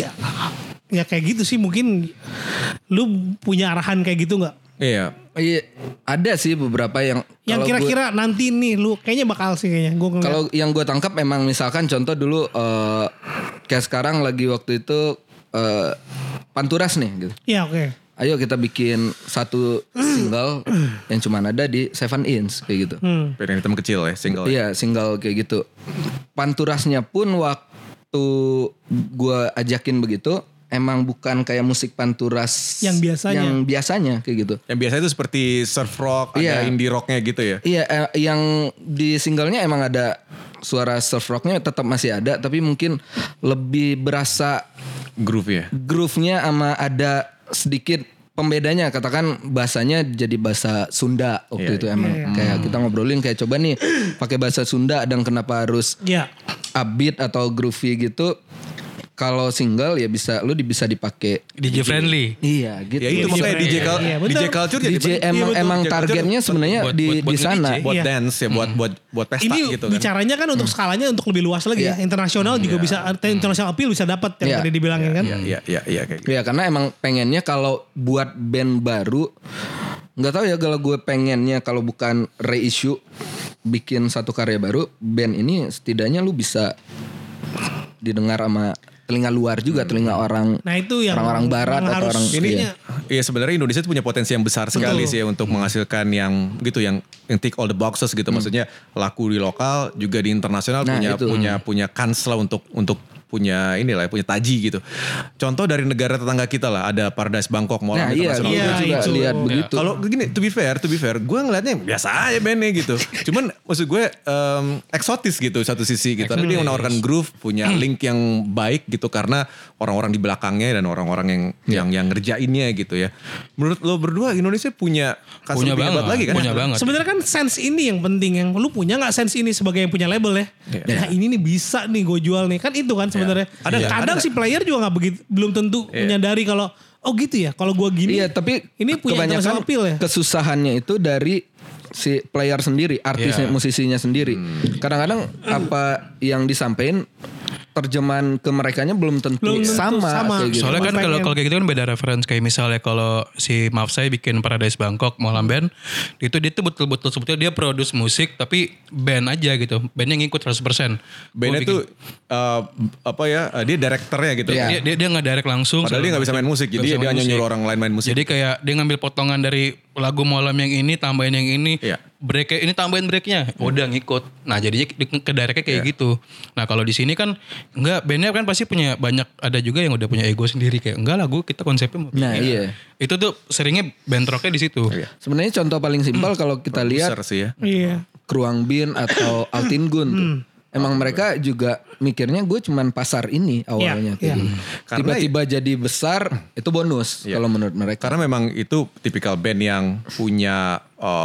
ya kayak gitu sih, mungkin lu punya arahan kayak gitu nggak? Iya, ada sih beberapa yang kira-kira nanti nih lu kayaknya bakal sih kayaknya. Kalau yang gue tangkap memang misalkan contoh dulu kayak sekarang lagi waktu itu Panturas nih gitu. Iya oke. Ayo kita bikin satu single yang cuma ada di 7 inch kayak gitu. Piringan hitam kecil ya, single. Iya, single kayak gitu. Panturasnya pun waktu gue ajakin begitu, emang bukan kayak musik panturas yang biasanya kayak gitu. Yang biasa itu seperti surf rock, ada indie rocknya gitu ya. Iya, yang di singlenya emang ada suara surf rocknya tetap masih ada, tapi mungkin lebih berasa groove-nya sama ada sedikit pembedanya, katakan bahasanya jadi bahasa Sunda waktu itu emang kayak kita ngobrolin kayak coba nih pakai bahasa Sunda dan kenapa harus upbeat atau groovy gitu. Kalau single ya bisa dipakai DJ friendly. Iya gitu. Ya itu makanya DJ culture jadi emang targetnya sebenarnya di sana buat dance ya, buat pesta ini gitu kan. Bicaranya kan untuk skalanya untuk lebih luas lagi ya. Internasional juga bisa, international appeal bisa dapat yang tadi dibilangin kan. Iya kayak gitu. Ya karena emang pengennya kalau buat band baru, nggak tahu ya, kalau gue pengennya kalau bukan reissue bikin satu karya baru, band ini setidaknya lu bisa didengar sama telinga luar juga, telinga orang. Nah itu yang orang barat atau orang ini. Iya sebenarnya Indonesia punya potensi yang besar sekali sih ya untuk menghasilkan yang gitu, yang tick all the boxes gitu. Maksudnya laku di lokal juga di internasional, punya kans lah untuk inilah punya taji gitu. Contoh dari negara tetangga kita lah, ada Paradise Bangkok, Molam Iya, International. gue juga itu. lihat begitu. Kalau gini, to be fair, gue ngeliatnya biasa aja bandnya gitu. Cuman maksud gue eksotis gitu satu sisi gitu. Tapi dia menawarkan groove, punya link yang baik gitu karena orang-orang di belakangnya dan orang-orang yang ngerjainnya gitu ya. Menurut lo berdua Indonesia punya kasus lebih hebat lagi kan? Punya banget. Sebenarnya kan sense ini yang penting, yang lu punya nggak sense ini sebagai yang punya label ya. Nah ini nih bisa nih gue jual nih, kan itu kan sebenarnya. Kadang si player juga nggak begitu, belum tentu menyadari kalau oh gitu ya. Kalau gue gini, Iya, tapi ini punya kebanyakan appeal ya. kesusahannya itu dari si player sendiri, artisnya, musisinya sendiri. Kadang-kadang apa yang disampaikan terjemahan ke merekanya belum tentu sama kayak gitu. Soalnya kan Pengen. kalau kayak gitu kan beda reference. Kayak misalnya kalau si Maaf saya bikin Paradise Bangkok Molam Band, itu dia tuh betul-betul sebetulnya dia produce musik tapi band aja gitu. Bandnya ngikut 100%. Bandnya tuh dia direkturnya gitu. Iya. Dia nggak-direct langsung. Padahal dia nggak bisa main musik, jadi dia hanya nyuruh orang lain main musik. Jadi kayak dia ngambil potongan dari lagu Molam yang ini, tambahin yang ini, Iya. break ini tambahin breaknya, udah ngikut. Nah jadinya ke directnya kayak gitu. Nah kalau di sini kan enggak, bandnya kan pasti punya banyak, ada juga yang udah punya ego sendiri kayak enggak lah gue kita konsepnya mau Nah, begini. iya. Itu tuh seringnya bentroknya di situ. Sebenarnya contoh paling simpel kalau kita lihat Besar sih ya. Iya. Kruang Bin atau Altin Gun tuh. Emang mereka juga mikirnya gue cuman pasar ini awalnya. Iya, iya. Tiba-tiba jadi besar itu bonus kalau menurut mereka. Karena memang itu tipikal band yang punya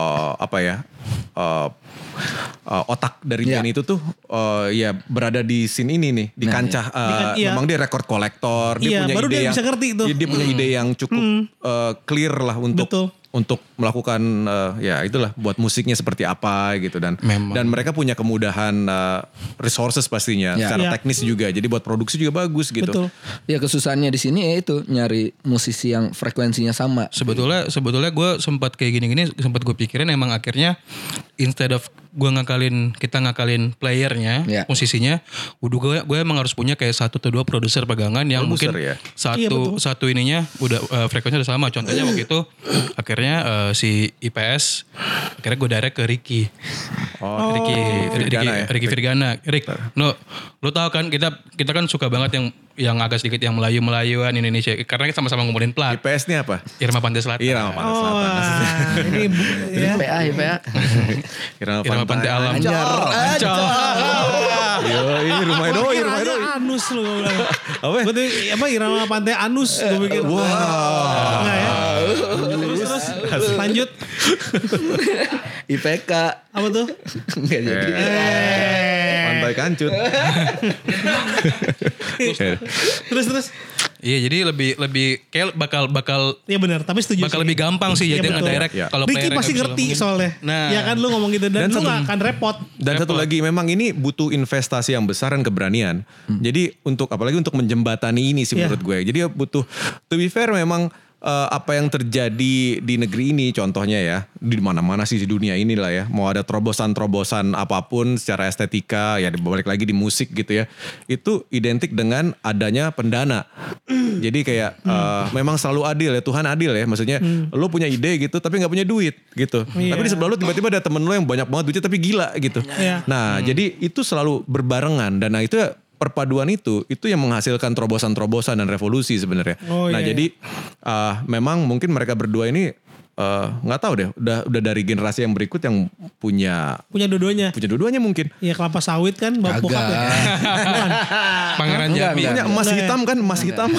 otak dari band itu tuh berada di scene ini nih, di kancah. iya. Memang dia record kolektor, Iya, dia punya baru ide dia yang bisa ngerti itu. Dia punya ide yang cukup clear lah Betul. untuk melakukan itulah buat musiknya seperti apa gitu dan Memang. dan mereka punya kemudahan resources pastinya Ya. secara Ya. teknis juga. Jadi buat produksi juga bagus gitu. Betul. Ya kesusahannya di sini ya itu nyari musisi yang frekuensinya sama. Sebetulnya gue sempat kayak gini-gini, sempat gue pikirin emang akhirnya instead of kita ngakalin playernya, Ya. musisinya, gue emang harus punya kayak 1 atau 2 produser pegangan yang Produser, mungkin ya? Iya, betul. satu ininya udah frekuensinya udah sama. Contohnya waktu itu akhirnya si IPS akhirnya gue direct ke Ricky. Ricky Virgana. Rick, lo tau kan kita kan suka banget yang agak sedikit yang Melayu-Melayuan Indonesia karena kita sama-sama ngumpulin plat. IPS ini apa? Irama Pantai Selatan. Irama Pantai Selatan. Ini ya. IPA. Irama Pantai Alam. Ancol. Yo, ini rumah doi, rumah Aja doi. anus lu gue bilang. Apa? Gue tuh Irama Pantai Anus gue pikir. Enggak ya. Terus lanjut. IPK. Apa tuh? Enggak jadi. Pantai Kancut. Terus. Iya, jadi lebih kayak bakal Iya benar, tapi setuju bakal sih. lebih gampang sih Iya, jadi betul. nge-direct Iya. kalau Ricky player pasti ngerti soalnya. Nah. Ya kan lu ngomong gitu dan lu satu- gak akan repot. Dan satu lagi memang ini butuh investasi yang besar dan keberanian. Jadi apalagi untuk menjembatani ini sih Iya. menurut gue. Jadi butuh, to be fair memang apa yang terjadi di negeri ini contohnya ya, di mana-mana sih di dunia inilah ya, mau ada terobosan-terobosan apapun secara estetika ya, balik lagi di musik gitu ya, itu identik dengan adanya pendana. Jadi kayak memang selalu adil ya, Tuhan adil ya, maksudnya lo punya ide gitu tapi gak punya duit gitu. Iya. Tapi di sebelah lo tiba-tiba ada temen lo yang banyak banget duitnya tapi gila gitu. Iya. Nah jadi itu selalu berbarengan dan itu perpaduan itu yang menghasilkan terobosan-terobosan dan revolusi sebenarnya. Oh, Nah iya, jadi memang mungkin mereka berdua ini nggak tahu deh, udah dari generasi yang berikut yang punya dua-duanya mungkin. Iya kelapa sawit kan bokap ya. Bukan. Pangeran Jambi. Punya emas hitam kan, emas hitam.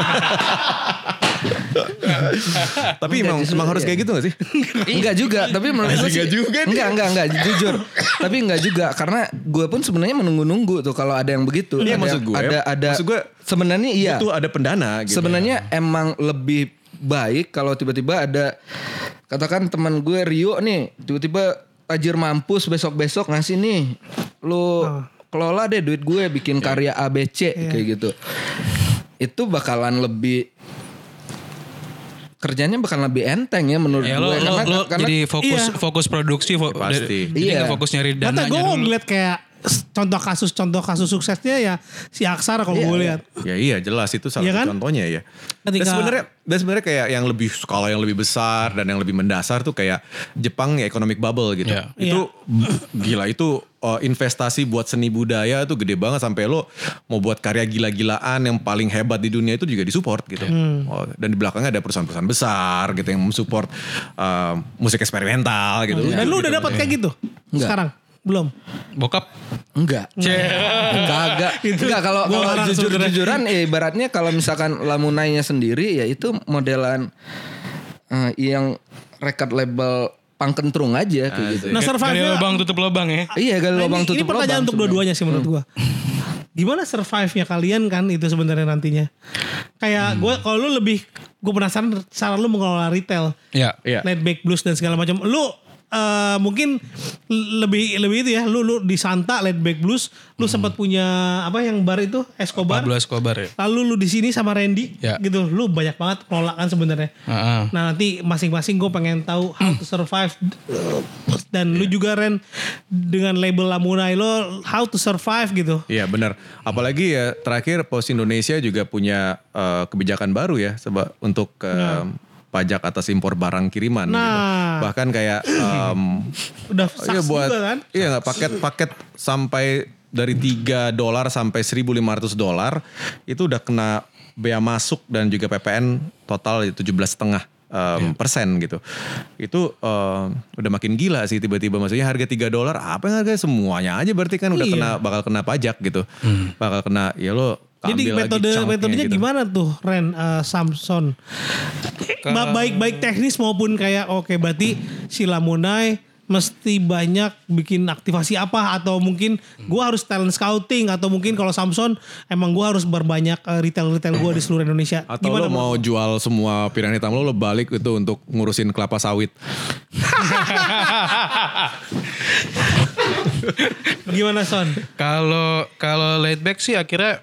Tapi emang harus kayak gitu gak sih? Enggak juga, tapi menurut gue sih enggak jujur. Tapi enggak juga karena gue pun sebenarnya menunggu-nunggu tuh kalau ada yang begitu. Iya, Ada- maksud gue sebenarnya iya. itu ada pendana gitu. Sebenarnya emang lebih baik kalau tiba-tiba ada, katakan teman gue Rio nih tiba-tiba tajir mampus besok-besok ngasih nih lu kelola deh duit gue bikin karya ABC kayak gitu. Itu bakalan lebih, kerjanya bakal lebih enteng ya menurut Ya gue. lo Karena jadi fokus produksi pasti. jadi Iya. nggak fokus nyari Kata dananya gue dulu. ngeliat kayak contoh kasus suksesnya ya si Aksara kalau gue lihat. Ya iya jelas itu salah satu contohnya ya. Dan sebenarnya kayak yang lebih skala yang lebih besar dan yang lebih mendasar tuh kayak Jepang ya economic bubble gitu. Itu gila itu investasi buat seni budaya tuh gede banget sampai lo mau buat karya gila-gilaan yang paling hebat di dunia itu juga disupport gitu. Dan di belakangnya ada perusahaan-perusahaan besar gitu yang mensupport musik eksperimental gitu. Dan lu udah dapat kayak gitu? Enggak. Sekarang? Belum? Bokap? Enggak. Kagak. Enggak kalau jujur-jujuran ibaratnya kalau misalkan Lamunainya sendiri ya itu modelan yang record label pangkentrung aja kayak gitu. Nah, survive-nya gali lubang tutup lubang ya. Iya, gali lubang tutup lubang. Ini pertanyaan untuk dua-duanya sih menurut gua. Gimana survive-nya kalian kan itu sebenarnya nantinya? Kayak gue kalau lu lebih gue penasaran cara lu mengelola retail. Iya. Laid back blues dan segala macam. Lu mungkin lebih itu ya. Lu di Santa Laid Back Blues, lu sempat punya apa yang bar itu Escobar. Pablo Escobar ya. Lalu lu di sini sama Randy Ya. gitu. Lu banyak banget kelola kan sebenarnya. Nah, nanti masing-masing gue pengen tahu how to survive dan lu juga Ren dengan label Lamunai lo how to survive gitu. Iya benar. Apalagi ya terakhir Pos Indonesia juga punya kebijakan baru ya untuk pajak atas impor barang kiriman gitu. Bahkan kayak udah saks buat juga kan? Iya nggak paket sampai dari $3 sampai $1.500 itu udah kena bea masuk dan juga PPN total 17,5% gitu. Itu udah makin gila sih tiba-tiba, maksudnya harga $3 apa yang harganya semuanya aja berarti kan udah bakal kena pajak gitu. Bakal kena ya lo. Jadi metodenya gitu. Gimana tuh Ren Samson? Baik teknis maupun kayak berarti si Lamunai mesti banyak bikin aktivasi apa, atau mungkin gua harus talent scouting, atau mungkin kalau Samson emang gua harus berbanyak retail gua di seluruh Indonesia. Atau gimana lo mau jual semua piring hitam lo balik itu untuk ngurusin kelapa sawit. Gimana Son? Kalau laid back sih akhirnya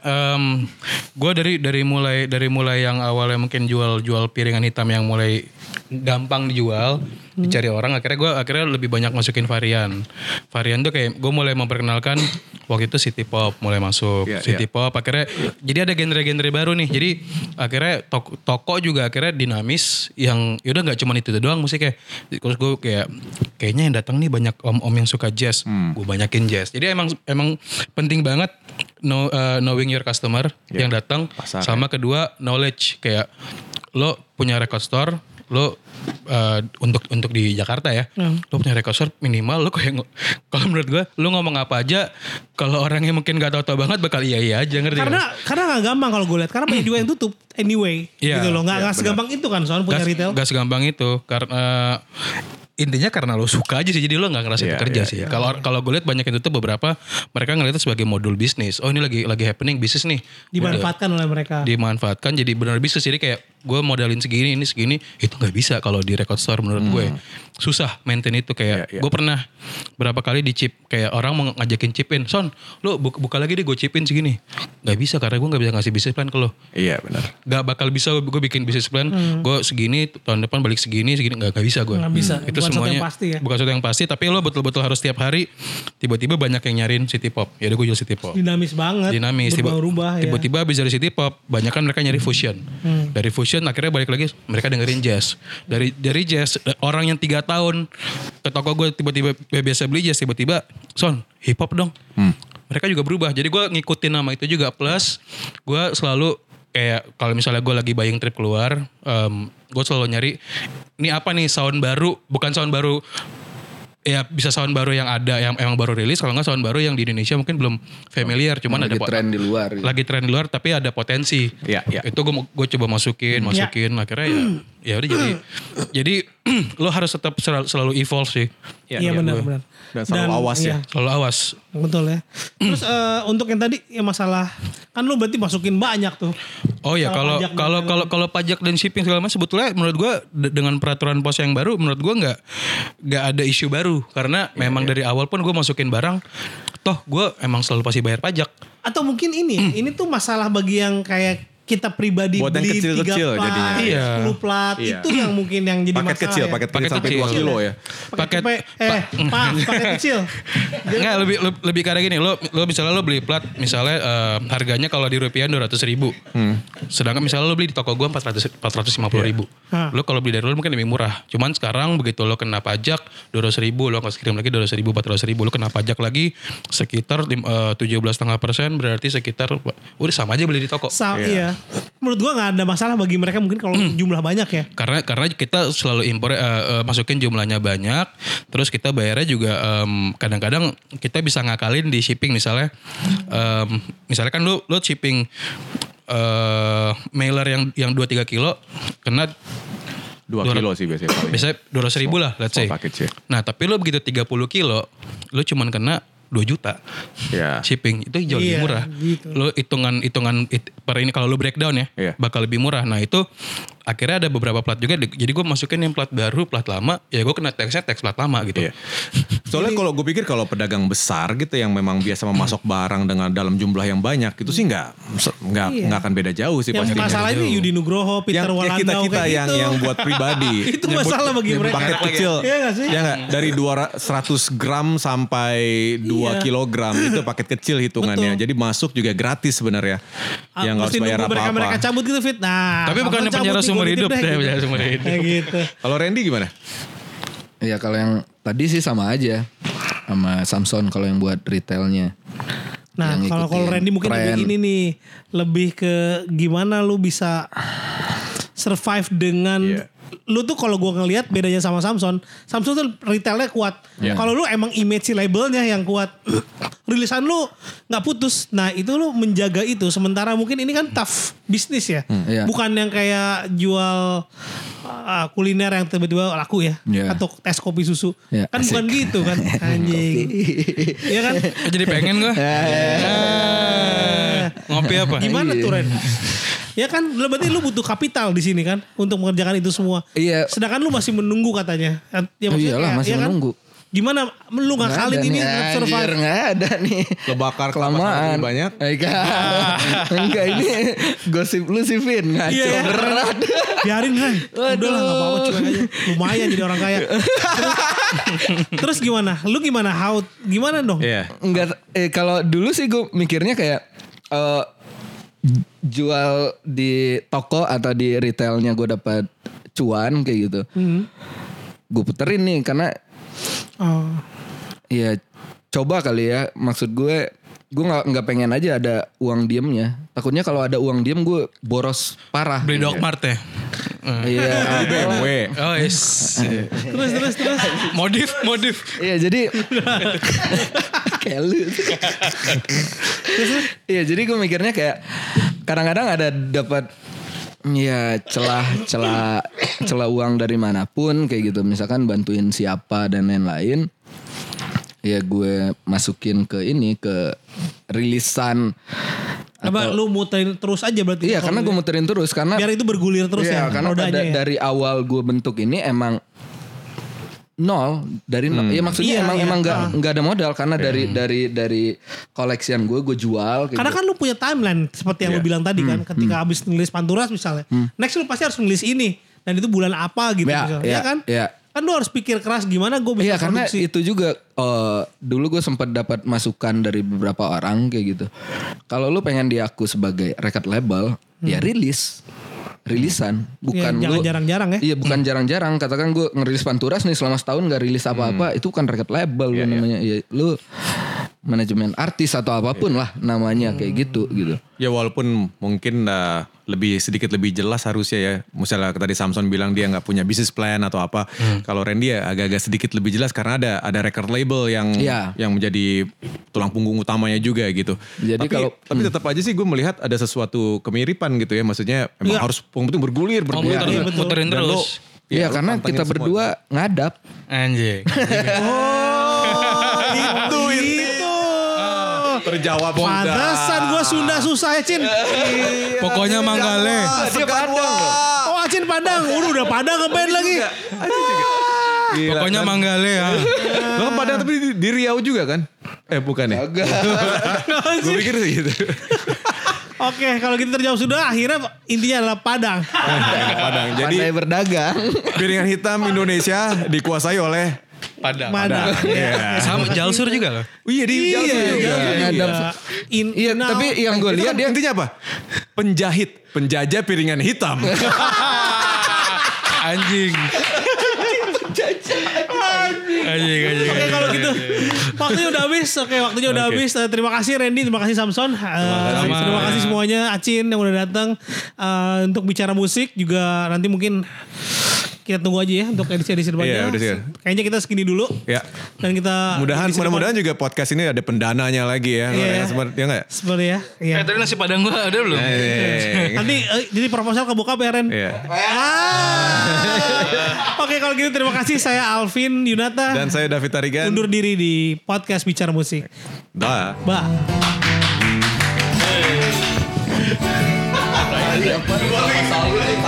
gue dari mulai yang awalnya mungkin jual piringan hitam yang mulai gampang dijual, dicari orang, akhirnya lebih banyak masukin varian tuh kayak gue mulai memperkenalkan waktu itu city pop mulai masuk. City pop akhirnya jadi ada genre-genre baru nih, jadi akhirnya toko juga akhirnya dinamis yang yaudah nggak cuma itu doang musiknya. Terus gue kayaknya yang datang nih banyak om-om yang suka jazz, gue banyakin jazz. Jadi emang penting banget knowing your customer yang datang. Sama kedua knowledge, kayak lo punya record store, lo untuk di Jakarta ya, lo punya record store minimal lo kayak kalau menurut gue lo ngomong apa aja kalau orangnya mungkin nggak tahu banget bakal iya aja, ngerti? Karena nggak gampang kalau gue lihat, karena banyak juga yang tutup anyway gitu loh, nggak segampang itu kan soal punya retail. Nggak segampang itu karena intinya karena lo suka aja sih, jadi lo nggak ngerasa itu kerja sih. Kalau gue lihat banyak yang tutup, beberapa mereka ngeliatnya sebagai modul bisnis. Oh ini lagi happening bisnis nih, dimanfaatkan oleh mereka. Dimanfaatkan jadi benar bisnis. Jadi kayak gue modalin segini ini segini, itu nggak bisa kalau di record store menurut gue. Susah maintain itu, kayak gue pernah berapa kali di chip, kayak orang mau ngajakin chipin, Son lo buka lagi deh gue chipin segini, nggak bisa karena gue nggak bisa ngasih bisnis plan ke lo. Iya benar. Nggak bakal bisa gue bikin bisnis plan, gue segini tahun depan balik segini nggak bisa gue. Nggak bisa. Itu bukan semuanya pasti ya. bukan sesuatu yang pasti, tapi lo betul-betul harus tiap hari tiba-tiba banyak yang nyariin city pop. Ya udah gue jual city pop. Dinamis banget. Berubah-ubah ya. Tiba-tiba habis dari city pop banyak kan mereka nyari fusion. Dari fusion akhirnya balik lagi mereka dengerin jazz. Dari jazz, orang yang 3 tahun ke toko gue tiba-tiba biasa beli jazz, tiba-tiba Son hip hop dong. Mereka juga berubah. Jadi gue ngikutin nama itu juga, plus gue selalu kayak kalau misalnya gue lagi buying trip keluar, gue selalu nyari ini apa nih sound baru, bukan sound baru ya, bisa sound baru yang ada yang emang baru rilis, kalau nggak sound baru yang di Indonesia mungkin belum familiar, cuman lagi ada tren di luar gitu. Lagi tren di luar tapi ada potensi. Itu gue coba masukin akhirnya ya udah jadi lo harus tetap selalu evolve sih. Iya benar. Dan selalu awas ya. Selalu awas. Betul ya. Terus untuk yang tadi ya masalah kan lu berarti masukin banyak tuh. Oh ya, kalau pajak dan shipping segala macam sebetulnya menurut gua dengan peraturan pos yang baru menurut gua nggak ada isu baru, karena memang dari awal pun gua masukin barang, toh gua emang selalu pasti bayar pajak. Atau mungkin ini tuh masalah bagi yang kayak kita pribadi Buat yang beli 3 kecil-kecil plat, jadinya. Iya. 10 plat, Iya. itu yang mungkin yang jadi Paket masalah kecil, ya. paket Paket sampai kecil. 2 kilo ya. Paket Paket- paket kecil. Enggak, lebih kayak gini. Lo misalnya lo beli plat, misalnya harganya kalau di rupiah 200.000. Sedangkan misalnya lo beli di toko gua 450.000. Hah. Lo kalau beli dari lo mungkin lebih murah. Cuman sekarang begitu lo kena pajak 200.000, lo kasih kirim lagi 200.000, 400.000, lo kena pajak lagi sekitar 17,5%, berarti sekitar udah sama aja beli di toko. Iya. Menurut gua nggak ada masalah bagi mereka mungkin kalau jumlah banyak ya. Karena kita selalu impor masukin jumlahnya banyak, terus kita bayarnya juga kadang-kadang kita bisa ngakalin di shipping misalnya kan lo shipping mailer yang 2-3 kilo kena 2 kilo sih biasanya. biasanya 200.000 lah let's say. Paket sih. Nah tapi lo begitu 30 kilo lo cuman kena 2 juta Ya. shipping, itu jauh Iya, lebih murah. gitu. Lo hitungan per ini kalau lo breakdown ya Iya. bakal lebih murah. Nah itu akhirnya ada beberapa plat juga. Jadi gue masukin yang plat baru, plat lama. Ya gue kena tax plat lama gitu. Iya. Soalnya kalau gue pikir kalau pedagang besar gitu yang memang biasa memasok barang dengan dalam jumlah yang banyak itu sih nggak akan beda jauh sih Yang pastinya. masalah ini Yudi Nugroho, Peter yang Walandau kita kayak yang gitu. yang buat pribadi. Itu masalah bagi mereka. Paket kecil. Iya nggak sih? Ya nggak, dari 100 gram sampai 2 Iya. kilogram itu paket kecil hitungannya. Betul. Jadi masuk juga gratis sebenarnya. Yang nggak Mesti harus bayar nunggu mereka apa-apa. cabut gitu Fit. Nah, Tapi bukan cabut penjara nih, seumur gua hidup nitip deh, gitu. penjara seumur hidup. Kayak gitu. Kalau Randy gimana? Ya kalau yang tadi sih sama aja sama Samson kalau yang buat retailnya. Nah, Yang kalau ngikutin Randy mungkin lebih tren. ini nih, lebih ke gimana lu bisa survive dengan Iya. lu tuh kalau gua ngelihat bedanya sama Samson tuh retailnya kuat. Iya. Kalau lu emang image si labelnya yang kuat, rilisan lu nggak putus. Nah itu lu menjaga itu. Sementara mungkin ini kan tough bisnis ya, Iya. bukan yang kayak jual kuliner yang tiba-tiba laku ya, Iya. atau tes kopi susu. Iya, Kan bukan asik. gitu kan, anjing. Iya kan? Jadi pengen gue. Ngopi apa? Gimana Iya. tuh Ren? Ya kan berarti lu butuh kapital di sini kan untuk mengerjakan itu semua. Iya. Sedangkan lu masih menunggu katanya. Ya Oh maksudnya iyalah, kayak- masih ya kan? menunggu. Gimana lu ngakalin ini tetap survive? Nggak ada nih. Lo bakar Kelamaan. banyak. Enggak ini gosip lu sih Vin. Ngaco Iya. berat. Biarin kan. Udah lah gak apa-apa cuek aja. Lumayan jadi orang kaya. Terus gimana? Lu gimana? Gimana dong? Iya. Enggak kalau dulu sih gue mikirnya kayak jual di toko atau di retailnya gue dapat cuan kayak gitu. Gue puterin nih karena Oh. ya coba kali ya, maksud gue nggak pengen aja ada uang diemnya. Takutnya kalau ada uang diem gue boros parah. Beli Dogmart ya? Iya. BMW. Oh yes. Terus. Modif. Iya jadi kayak lu. Iya jadi gue mikirnya kayak kadang-kadang ada dapat ya celah uang dari manapun kayak gitu. Misalkan bantuin siapa dan lain-lain. Ya gue masukin ke rilisan. Apa lu muterin terus aja berarti? Iya karena gue muterin terus karena biar itu bergulir terus iya, ya karena rodanya ya. dari awal gue bentuk ini emang nol dari nol. Ya maksudnya Iya, emang iya. nggak ada modal karena dari koleksian gue jual. Kayak Karena gitu. kan lu punya timeline seperti yang lu bilang tadi kan, ketika habis nulis Panturas misalnya, next lu pasti harus nulis ini dan itu bulan apa gitu Ya, misalnya, ya, ya kan? ya. Kan lu harus pikir keras gimana gue bisa Iya karena produksi. itu juga dulu gue sempat dapat masukan dari beberapa orang kayak gitu. Kalau lu pengen diaku sebagai record label, ya rilisan, bukan Ya, jangan lu jarang-jarang ya. Iya bukan jarang-jarang. Katakan gue ngerilis Panturas nih selama setahun gak rilis apa-apa, itu kan record label lu namanya. Ya, lu manajemen artis atau apapun lah namanya kayak gitu. Ya walaupun mungkin sedikit lebih jelas harusnya ya. Misalnya tadi Samson bilang dia nggak punya business plan atau apa. Kalau Randy ya agak-agak sedikit lebih jelas karena ada record label yang Iya. yang menjadi tulang punggung utamanya juga gitu. Jadi tapi tetap aja sih gue melihat ada sesuatu kemiripan gitu ya. Maksudnya emang harus penting bergulir. Muterin Dan lo- terus. Iya lo karena pantengin kita semua. berdua ngadap. Anjing. Itu. Terjawab sudah. Pantesan gue Sunda susah ya Cin. Pokoknya Manggale. Dia Padang. Oh Acin Padang. Udah Padang ngeband lagi. Gila, Pokoknya kan? Manggale ya. Lo kan Padang tapi di Riau juga kan? Bukan ya? Agak. Gue pikir sih gitu. Oke, kalau gitu terjawab sudah. Akhirnya intinya adalah Padang. Padang. Jadi Pandai berdagang. piringan hitam Indonesia dikuasai oleh Padang. Padang. Iya. Sama Jalsur juga loh. Iya di Iya, tapi yang gue lihat dia intinya apa? Penjahit, penjajah piringan hitam. Anjing. Anjing. Oke kalau gitu waktunya udah habis. Oke waktunya udah habis. Terima kasih Randy, terima kasih Samson. Terima kasih semuanya, Acin yang udah datang untuk bicara musik juga. Nanti mungkin kita tunggu aja ya untuk edisi-edisi depannya. Iya, udah sih. Kayaknya kita segini dulu. Ya. Dan kita Mudah-mudahan juga podcast ini ada pendananya lagi ya. Iya. Ya enggak? seperti ya. Iya. Tadi nasi Padang gua ada belum? Nanti jadi proposal ke bokap ya Ren. Iya. Oke kalau gitu terima kasih. Saya Alvin Yunata. Dan saya David Tarigan. Undur diri di podcast Bicara Musik. Dah. Bye. apa?